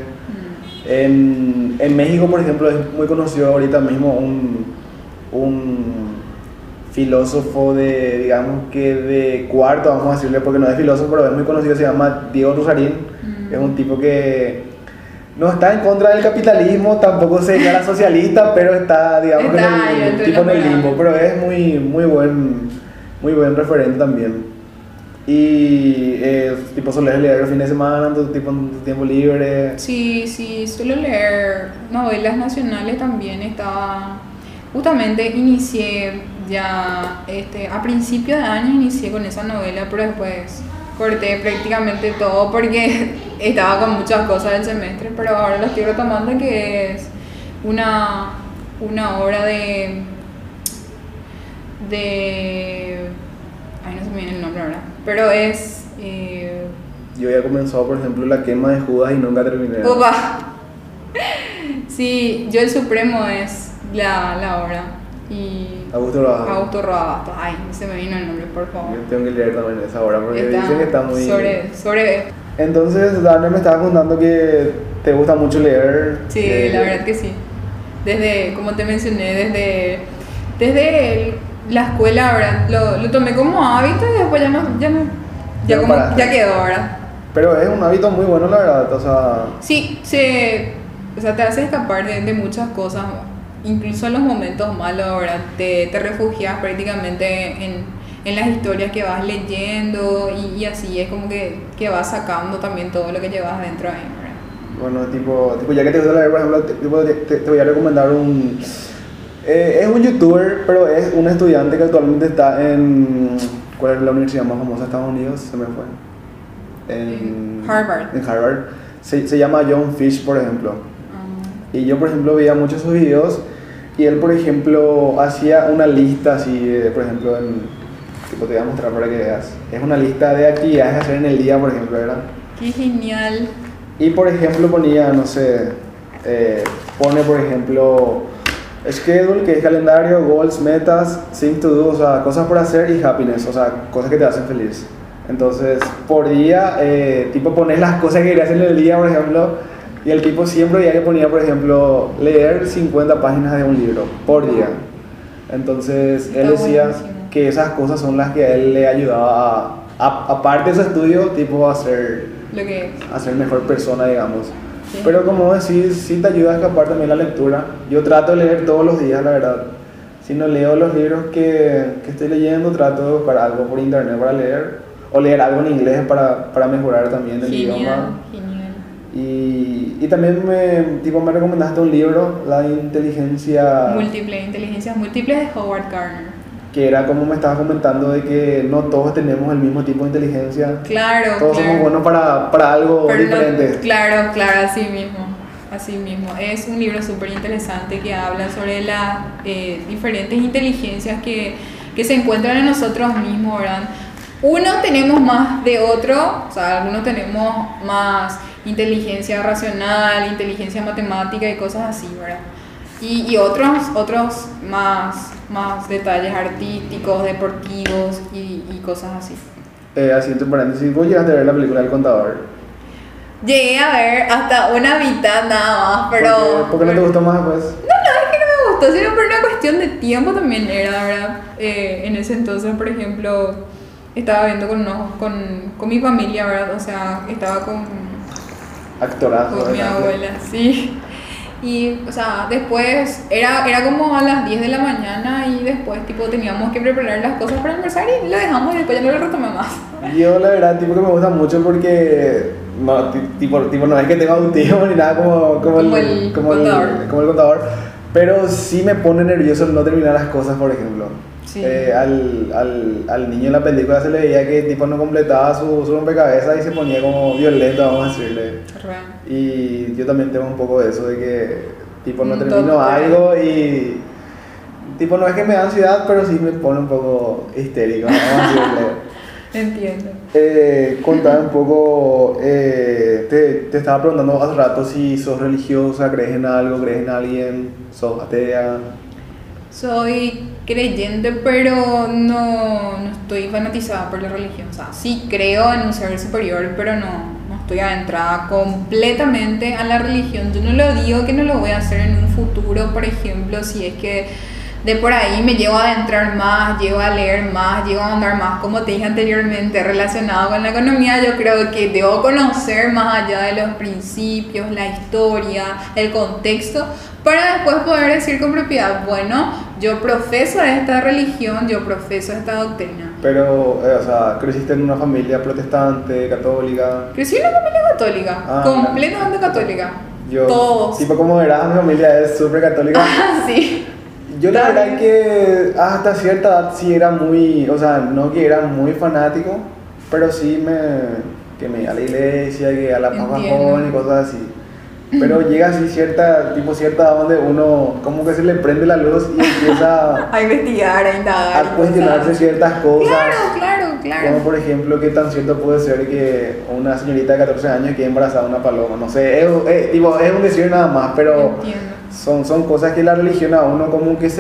En México, por ejemplo, es muy conocido ahorita mismo un filósofo de, digamos que de cuarto, vamos a decirle, porque no es filósofo, pero es muy conocido, se llama Diego Rusarín. Es un tipo que no está en contra del capitalismo, tampoco se declara socialista, pero está, digamos, en el limbo, pero es muy buen referente también. Y tipo, ¿solés leer el fin de semana en tu tiempo libre? Sí, suelo leer novelas nacionales también. Justamente inicié ya, a principio de año inicié con esa novela, pero después corté prácticamente todo porque estaba con muchas cosas del semestre, pero ahora lo estoy retomando, que es una obra de ay, no se me viene el nombre ahora, pero es Yo ya he comenzado, por ejemplo, La quema de Judas y nunca terminé. ¡Opa! Sí, Yo el Supremo es la obra. Y Augusto Rodabasto. Ay, se me vino el nombre, por favor. Yo tengo que leer también esa obra porque dicen que está muy... Sobre... Entonces, Dani, me estabas contando que te gusta mucho leer. Sí, la verdad que sí. Como te mencioné, desde la escuela, ¿verdad? Lo tomé como hábito y después ya quedó, ¿verdad? Pero es un hábito muy bueno, la verdad, o sea... Sí, o sea, te hace escapar de muchas cosas, incluso en los momentos malos, ¿verdad? Te refugias prácticamente en las historias que vas leyendo y así es como que vas sacando también todo lo que llevas dentro ahí, ¿verdad? Bueno, tipo ya que te gusta leer, por ejemplo, te voy a recomendar es un youtuber, pero es un estudiante que actualmente está en... ¿Cuál es la universidad más famosa de Estados Unidos? Se me fue. En Harvard. En Harvard. Se llama John Fish, por ejemplo. Y yo, por ejemplo, veía muchos sus videos y él, por ejemplo, hacía una lista así, por ejemplo, tipo, te voy a mostrar para que veas. Es una lista de actividades a hacer en el día, por ejemplo, ¿verdad? ¡Qué genial! Y, por ejemplo, ponía, no sé, pone, por ejemplo, schedule, que es calendario, goals, metas, things to do, o sea, cosas por hacer, y happiness, o sea, cosas que te hacen feliz. Entonces, por día, tipo, pones las cosas que querías hacer en el día, por ejemplo, y el tipo siempre veía que ponía, por ejemplo, leer 50 páginas de un libro por día. Entonces, él decía que esas cosas son las que a él le ayudaba aparte de su estudio, tipo, a ser mejor persona, digamos. Sí. Pero como decís, sí te ayuda a escapar también la lectura. Yo trato de leer todos los días, la verdad. Si no leo los libros que estoy leyendo, trato de buscar algo por internet para leer, o leer algo en inglés para mejorar también el idioma. Genial. Y también me recomendaste un libro, La inteligencias múltiples de Howard Gardner. Que era como me estabas comentando de que no todos tenemos el mismo tipo de inteligencia. Claro. Todos somos buenos para algo diferente. No, claro, así mismo. Es un libro súper interesante que habla sobre las diferentes inteligencias que se encuentran en nosotros mismos, ¿verdad? Unos tenemos más de otro, o sea, algunos tenemos más inteligencia racional, inteligencia matemática y cosas así, ¿verdad? Y otros más detalles artísticos, deportivos y cosas así. Así entre paréntesis, vos llegaste a ver la película El Contador. Llegué a ver hasta una mitad nada más, pero... ¿Por qué no te gustó más pues? No, es que no me gustó, sino por una cuestión de tiempo también era, ¿verdad? En ese entonces, por ejemplo, estaba viendo con mi familia, ¿verdad? O sea, estaba Actorazo. con mi abuela, sí. Y, o sea, después era como a las 10 de la mañana y después, tipo, teníamos que preparar las cosas para almorzar y lo dejamos y después ya no lo retomé más. Yo, la verdad, tipo que me gusta mucho porque no, tipo no es que tenga autismo ni nada como el contador, pero sí me pone nervioso el no terminar las cosas, por ejemplo. Sí. Al niño en la película se le veía que tipo no completaba su rompecabezas y se ponía como violento, vamos a decirle. Real. Y yo también tengo un poco de eso, de que tipo no Un termino toque. algo y tipo no es que me da ansiedad, pero sí me pone un poco histérico, vamos a decirle. Entiendo. Contame un poco, te estaba preguntando hace rato si sos religiosa, crees en algo, crees en alguien, sos atea. Soy creyente, pero no estoy fanatizada por la religión. O sea, sí creo en un ser superior, pero no estoy adentrada completamente a la religión. Yo no lo digo que no lo voy a hacer en un futuro, por ejemplo, si es que de por ahí me llevo a adentrar más, llevo a leer más, llevo a andar más, como te dije anteriormente, relacionado con la economía. Yo creo que debo conocer más allá de los principios, la historia, el contexto, para después poder decir con propiedad, bueno, yo profeso esta religión, yo profeso esta doctrina. Pero, o sea, creciste en una familia protestante, católica. Crecí en una familia católica, completamente católica. Yo, todos. tipo como verás, mi familia es súper católica. Sí. Yo la verdad que hasta cierta edad sí era muy, o sea, no que era muy fanático, pero sí que me iba a la iglesia, que a la papa joven y cosas así. Pero llega así cierta edad donde uno como que se le prende la luz y empieza a investigar, a indagar, a cuestionarse ciertas cosas. Claro. Como por ejemplo, qué tan cierto puede ser que una señorita de 14 años quede embarazada de una paloma. No sé, es un decir nada más, pero son cosas que la religión a uno como que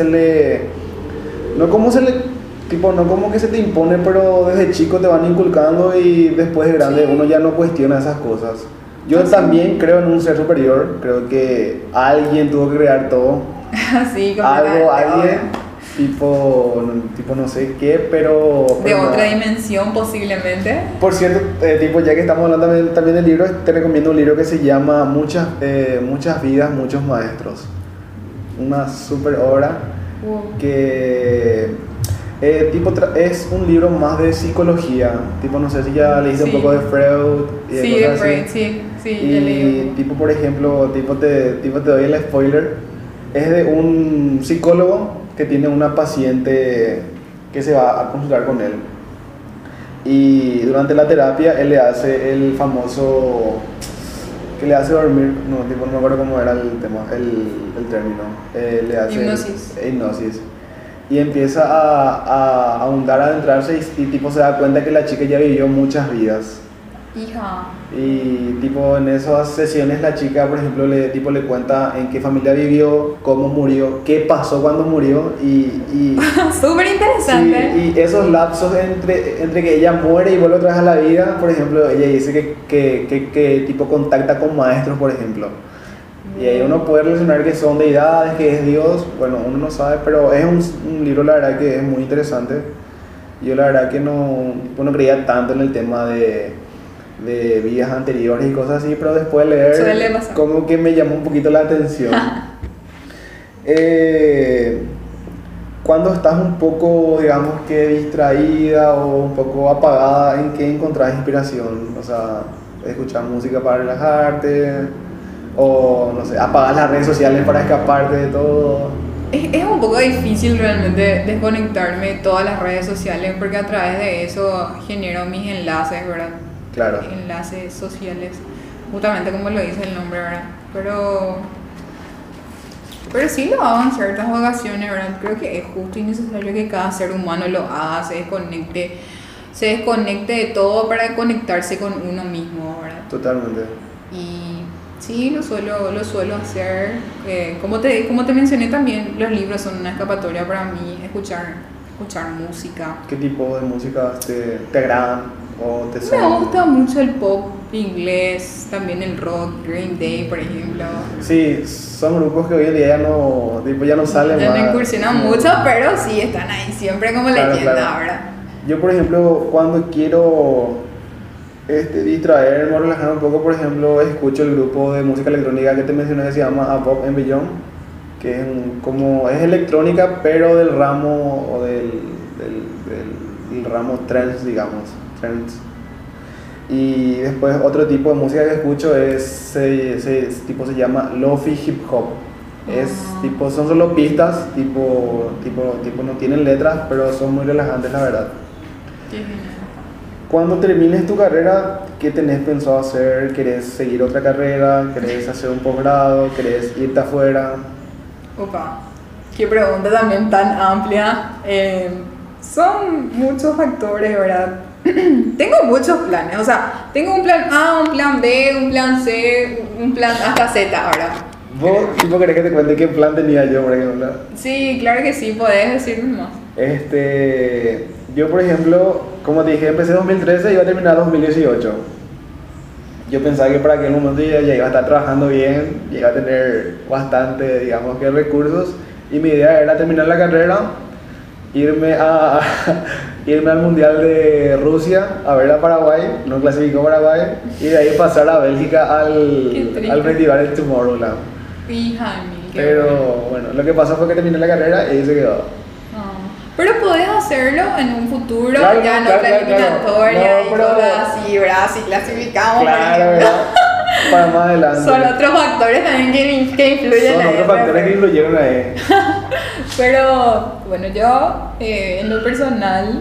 no como que se te impone, pero desde chico te van inculcando y después de grande uno ya no cuestiona esas cosas. Yo también creo en un ser superior, creo que alguien tuvo que crear todo. Sí, alguien, tipo no sé qué, pero de otra dimensión posiblemente. Por cierto, ya que estamos hablando también del libro, te recomiendo un libro que se llama Muchas vidas, muchos maestros. Una super obra que es un libro más de psicología, no sé si ya leíste un poco de Freud y sí, de Freud, sí, y por ejemplo, te doy el spoiler, es de un psicólogo que tiene una paciente que se va a consultar con él y durante la terapia él le hace el famoso que le hace dormir, no me acuerdo cómo era el término, le hace hipnosis. Y empieza a ahondar, a adentrarse y se da cuenta que la chica ya vivió muchas vidas. Hija. Y en esas sesiones la chica, por ejemplo, le cuenta en qué familia vivió, cómo murió, qué pasó cuando murió y súper interesante. Sí, y esos lapsos entre que ella muere y vuelve otra vez a la vida, por ejemplo, ella dice que contacta con maestros, por ejemplo. Y ahí uno puede relacionar que son deidades, que es Dios, bueno, uno no sabe, pero es un libro, la verdad, que es muy interesante. Yo la verdad que no creía tanto en el tema de vidas anteriores y cosas así, pero después de leer, como que me llamó un poquito la atención. Cuando estás un poco, digamos que distraída o un poco apagada, ¿en qué encontrás inspiración? O sea, escuchar música para relajarte, o no sé, apagar las redes sociales para escaparte de todo. Es un poco difícil realmente desconectarme de todas las redes sociales porque a través de eso genero mis enlaces, ¿verdad? Claro. Enlaces sociales, justamente como lo dice el nombre, ¿verdad? Pero sí lo hago en ciertas ocasiones, ¿verdad? Creo que es justo y necesario que cada ser humano lo haga, se desconecte de todo para conectarse con uno mismo, ¿verdad? Totalmente. Y sí, lo suelo hacer. Como te mencioné también, los libros son una escapatoria para mí, escuchar música. ¿Qué tipo de música te agradan? ¿O te Me son? gusta mucho el pop inglés, también el rock, Green Day, por ejemplo. Sí, son grupos que hoy en día ya no, tipo, ya no salen Ya no más. incursionan mucho, pero sí están ahí siempre como Claro, leyenda, claro. ¿verdad? Yo, por ejemplo, cuando quiero distraerme o relajarme un poco, por ejemplo, escucho el grupo de música electrónica que te mencioné que se llama Above and Beyond, que es como es electrónica, pero del ramo o del ramo trance, digamos, trance. Y después otro tipo de música que escucho tipo se llama Lofi Hip Hop. Es tipo, son solo pistas, tipo no tienen letras, pero son muy relajantes, la verdad. Qué genial. Cuando termines tu carrera, ¿qué tenés pensado hacer? ¿Querés seguir otra carrera? ¿Querés hacer un posgrado? ¿Querés irte afuera? Opa, qué pregunta también tan amplia. Son muchos factores, ¿verdad? Tengo muchos planes, o sea, tengo un plan A, un plan B, un plan C, un plan hasta Z, ¿verdad? ¿Vos, tipo, querés que te cuente qué plan tenía yo, por ejemplo? Sí, claro que sí, podés decirme más. Yo, por ejemplo, como te dije, empecé en 2013 y iba a terminar 2018. Yo pensaba que para aquel momento ya iba a estar trabajando bien, ya iba a tener bastante, digamos, que recursos. Y mi idea era terminar la carrera, irme irme al Mundial de Rusia, a ver a Paraguay, no clasificó Paraguay, y de ahí pasar a Bélgica Qué triste. al festival de Tomorrowland. Hija de mí, qué Pero bueno, lo que pasó fue que terminé la carrera y ahí se quedó. Pero podés hacerlo en un futuro, Claro, ya no claro, clasificatoria claro. y No, pero- cosas así, ¿verdad? Si clasificamos, por Claro, ejemplo. ¿verdad? Para más adelante. Son otros factores también que influyen Son ahí, otros factores que influyeron ahí. Pero bueno, yo en lo personal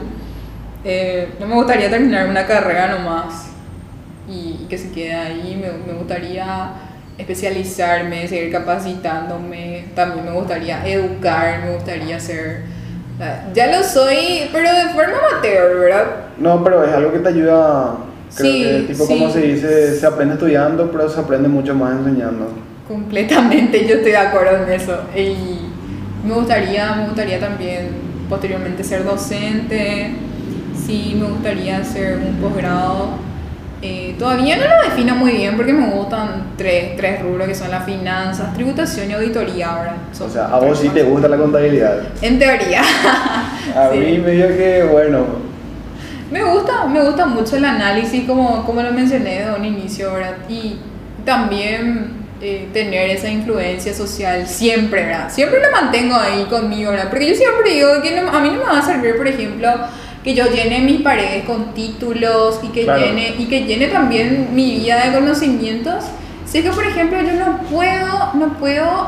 no me gustaría terminar una carrera nomás y que se quede ahí. Me gustaría especializarme, seguir capacitándome. También me gustaría educar, me gustaría ser... Ya lo soy, pero de forma amateur, ¿verdad? No, pero es algo que te ayuda. Creo Sí, que, tipo, sí. como se dice, se aprende estudiando, pero se aprende mucho más enseñando. Completamente, yo estoy de acuerdo en eso. Y me gustaría también posteriormente ser docente. Sí, me haría hacer un posgrado. Todavía no lo defino muy bien porque me gustan tres rubros que son las finanzas, tributación y auditoría ahora. O sea, a vos sí te gusta la contabilidad. En teoría. A Sí. mí medio que, bueno, Me gusta mucho el análisis, como lo mencioné desde un inicio, ¿verdad? Y también tener esa influencia social siempre, ¿verdad? Siempre lo mantengo ahí conmigo, ¿verdad? Porque yo siempre digo que a mí no me va a servir, por ejemplo, que yo llene mis paredes con títulos y que, Claro. llene también mi vida de conocimientos. Sé que, por ejemplo, yo no puedo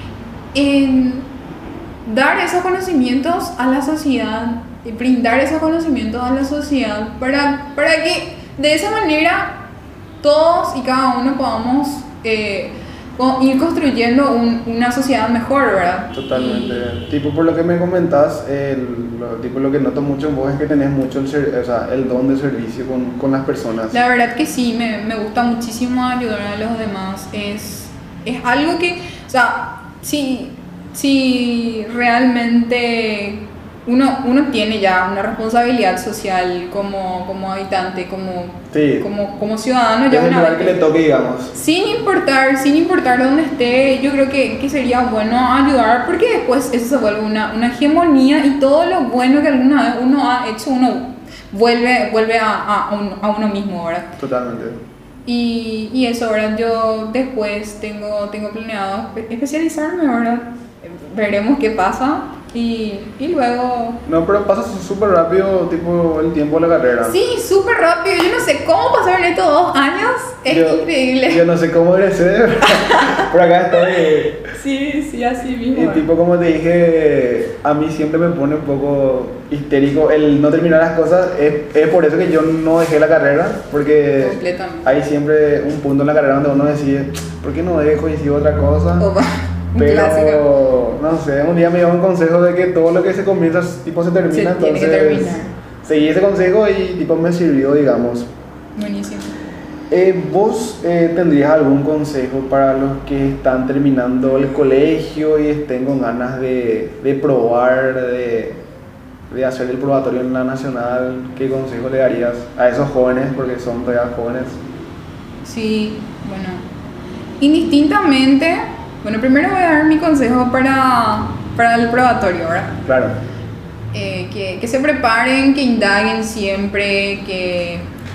dar esos conocimientos a la sociedad, y brindar esos conocimientos a la sociedad para que de esa manera todos y cada uno podamos ir construyendo una sociedad mejor, ¿verdad? totalmente. Y- Tipo, por lo que me comentás, tipo, lo que noto mucho en vos es que tenés mucho o sea, el don de servicio con las personas. La verdad que sí, me gusta muchísimo ayudar a los demás. Es algo que, o sea, si realmente uno tiene ya una responsabilidad social como habitante, Sí. como ciudadano, Es ya el una lugar vez que le toque, digamos. sin importar dónde esté, yo creo que sería bueno ayudar porque después eso se vuelve una hegemonía y todo lo bueno que alguna vez uno ha hecho, uno vuelve a uno mismo, ¿verdad? Totalmente. Y eso, ¿verdad? Yo después tengo planeado especializarme, ¿verdad? Veremos qué pasa y luego... No, pero pasa súper rápido, tipo, el tiempo de la carrera. Sí, súper rápido. Yo no sé cómo pasaron estos 2 años. Es increíble. Yo no sé cómo egresé, por acá estoy. Sí, así mismo. Y tipo, como te dije, a mí siempre me pone un poco histérico el no terminar las cosas. Es por eso que yo no dejé la carrera, porque Completamente. hay siempre un punto en la carrera donde uno decide, ¿por qué no dejo y sigo otra cosa? Opa, un clásico. Pero, no sé, un día me dio un consejo de que todo lo que se comienza, tipo, se termina. Se tiene que entonces, terminar. seguí ese consejo y, tipo, me sirvió, digamos. Buenísimo. ¿Vos tendrías algún consejo para los que están terminando el colegio y estén con ganas de probar, de hacer el probatorio en la nacional, ¿qué consejo le darías a esos jóvenes, porque son todavía jóvenes? Sí, bueno, indistintamente, bueno, primero voy a dar mi consejo para el probatorio, ¿verdad? Claro. Que se preparen, que indaguen siempre, que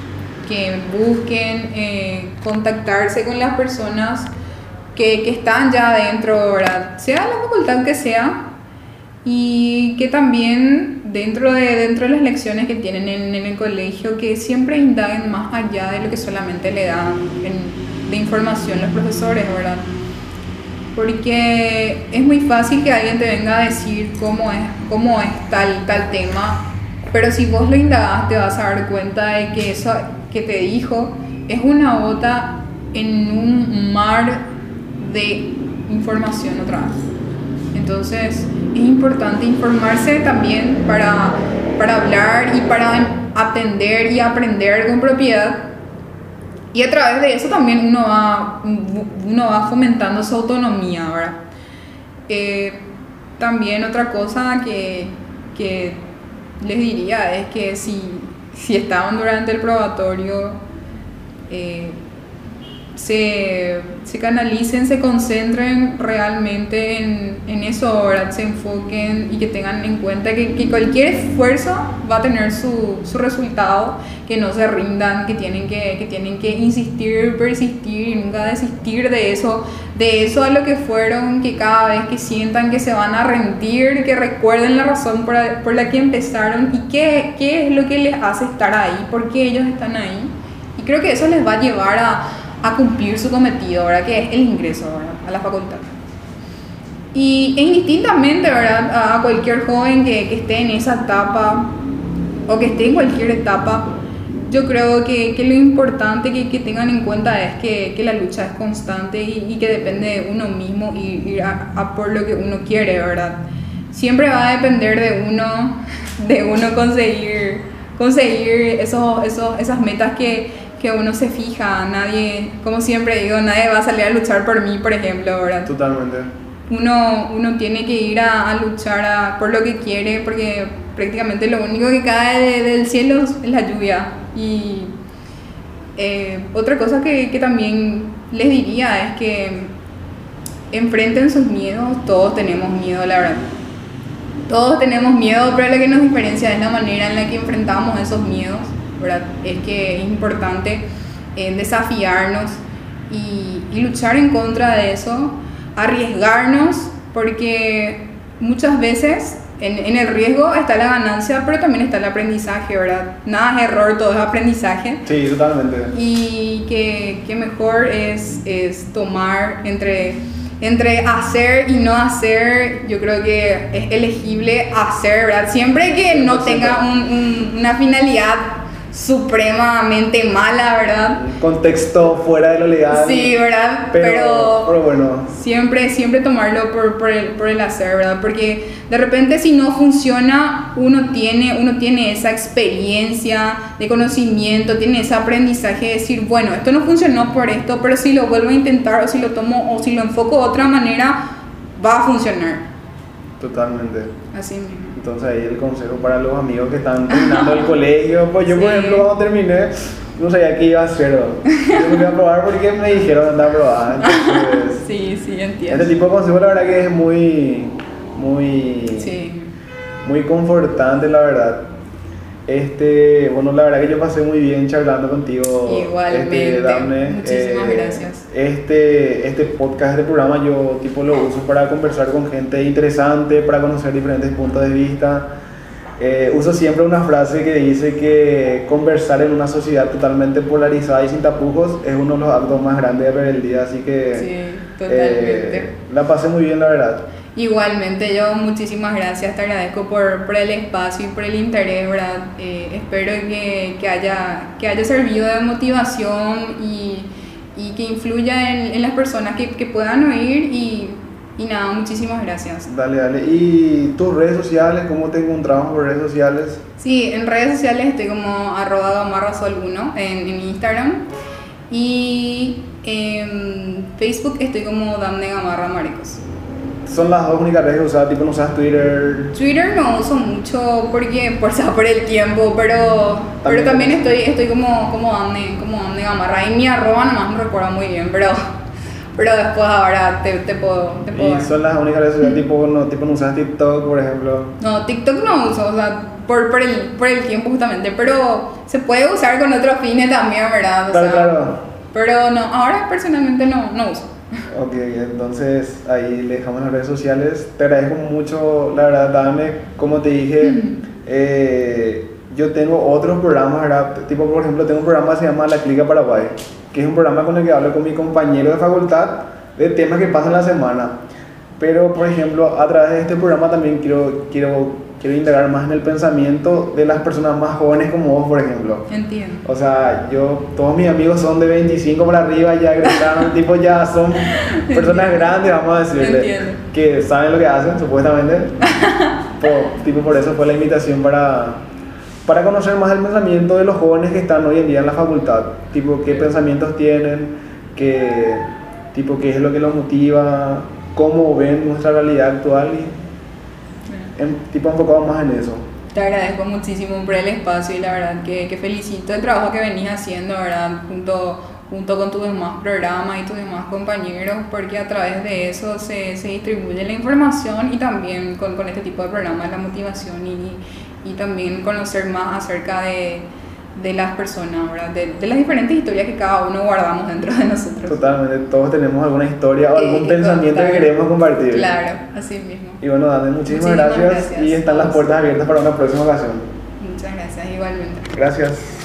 busquen contactarse con las personas que están ya adentro, ¿verdad? Sea la facultad que sea, y que también dentro de las lecciones que tienen en el colegio, que siempre indaguen más allá de lo que solamente le dan de información los profesores, ¿verdad? Porque es muy fácil que alguien te venga a decir cómo es tal tema, pero si vos lo indagás te vas a dar cuenta de que eso que te dijo es una gota en un mar de información otra vez. Entonces es importante informarse también para hablar y para atender y aprender con propiedad. Y a través de eso también uno va fomentando su autonomía, ¿verdad? También otra cosa que les diría es que si estaban durante el probatorio, se canalicen, se concentren realmente en eso, ¿verdad? Se enfoquen y que tengan en cuenta que cualquier esfuerzo va a tener su resultado, que no se rindan, que tienen que insistir, persistir y nunca desistir de eso a lo que fueron, que cada vez que sientan que se van a rendir, que recuerden la razón por la que empezaron y qué es lo que les hace estar ahí, por qué ellos están ahí. Y creo que eso les va a llevar a cumplir su cometido, ¿verdad? Que es el ingreso, ¿verdad? A la facultad. Y indistintamente, ¿verdad? A cualquier joven que esté en esa etapa o que esté en cualquier etapa, yo creo que lo importante que tengan en cuenta es que la lucha es constante y que depende de uno mismo y ir a por lo que uno quiere, ¿verdad? Siempre va a depender de uno conseguir esas metas que uno se fija. Nadie, como siempre digo, nadie va a salir a luchar por mí, por ejemplo, ¿verdad? Totalmente. Uno tiene que ir a luchar por lo que quiere, porque prácticamente lo único que cae del cielo es la lluvia. Y otra cosa que también les diría es que enfrenten sus miedos. Todos tenemos miedo, la verdad. Todos tenemos miedo, pero lo que nos diferencia es la manera en la que enfrentamos esos miedos, ¿verdad? Es que es importante desafiarnos y luchar en contra de eso, arriesgarnos, porque muchas veces en el riesgo está la ganancia, pero también está el aprendizaje, ¿verdad? Nada es error, todo es aprendizaje. Sí, totalmente. Y que mejor es tomar entre hacer y no hacer. Yo creo que es elegible hacer, ¿verdad? Siempre que no tenga una finalidad supremamente mala, ¿verdad? Un contexto fuera de lo legal. Sí, ¿verdad? Pero bueno. Siempre tomarlo por el hacer, ¿verdad? Porque de repente si no funciona, uno tiene esa experiencia de conocimiento, tiene ese aprendizaje de decir, bueno, esto no funcionó por esto, pero si lo vuelvo a intentar o si lo tomo o si lo enfoco de otra manera, va a funcionar. Totalmente. Así mismo. Entonces ahí el consejo para los amigos que están terminando el colegio. Pues yo, por ejemplo, cuando terminé, no sabía qué iba a hacer. Yo me fui a probar porque me dijeron andar a probar. Entonces, sí, entiendo. este tipo de consejo la verdad que es muy confortante, la verdad. Bueno, la verdad que yo pasé muy bien charlando contigo. Igualmente, Daphne. Muchísimas gracias. Este podcast, este programa, yo tipo lo uso para conversar con gente interesante, para conocer diferentes puntos de vista. Uso siempre una frase que dice que conversar en una sociedad totalmente polarizada y sin tapujos es uno de los actos más grandes de rebeldía, así que sí, totalmente. La pasé muy bien, la verdad. Igualmente, yo muchísimas gracias, te agradezco por el espacio y por el interés, ¿verdad? Espero que haya servido de motivación y que influya en las personas que puedan oír y nada, muchísimas gracias. Dale. ¿Y tus redes sociales? ¿Cómo te encontramos por redes sociales? Sí, en redes sociales estoy como @gamarrasol1 en Instagram y en Facebook estoy como Daphne Gamarra Maricos. son las dos únicas redes que usas, tipo no usas Twitter. Twitter no uso mucho porque por el tiempo, pero también estoy como Ande Gamarra, y mi arroba nomás no recuerdo muy bien, pero después ahora te puedo Y dar. son las únicas redes sociales, tipo no usas TikTok, por ejemplo. No, TikTok no uso, o sea, por el tiempo justamente, pero se puede usar con otros fines también, ¿verdad? O Claro, sea, claro. pero no, ahora personalmente no uso. Ok, entonces ahí le dejamos las redes sociales. Te agradezco mucho, la verdad, Dame. Como te dije, yo tengo otros programas, ¿verdad? Tipo, por ejemplo, tengo un programa que se llama La Clica Paraguay, que es un programa con el que hablo con mi compañero de facultad de temas que pasan la semana. Pero, por ejemplo, a través de este programa también quiero indagar más en el pensamiento de las personas más jóvenes como vos, por ejemplo. Entiendo. O sea, todos mis amigos son de 25 para arriba, ya egresaron, tipo ya son personas grandes, vamos a decirle, Entiendo. que saben lo que hacen, supuestamente. Por eso fue la invitación para conocer más el pensamiento de los jóvenes que están hoy en día en la facultad. Tipo, qué pensamientos tienen, qué es lo que los motiva, cómo ven nuestra realidad actual y enfocado más en eso. Te agradezco muchísimo por el espacio y la verdad que felicito el trabajo que venís haciendo, ¿verdad? Junto con tus demás programas y tus demás compañeros, porque a través de eso se distribuye la información y también con este tipo de programas la motivación y también conocer más acerca de las personas, ¿verdad? De las diferentes historias que cada uno guardamos dentro de nosotros. Totalmente, todos tenemos alguna historia o algún pensamiento que queremos compartir. Claro, así mismo. Y bueno, Dani, muchísimas gracias y están las puertas abiertas para una próxima ocasión. Muchas gracias, igualmente. Gracias.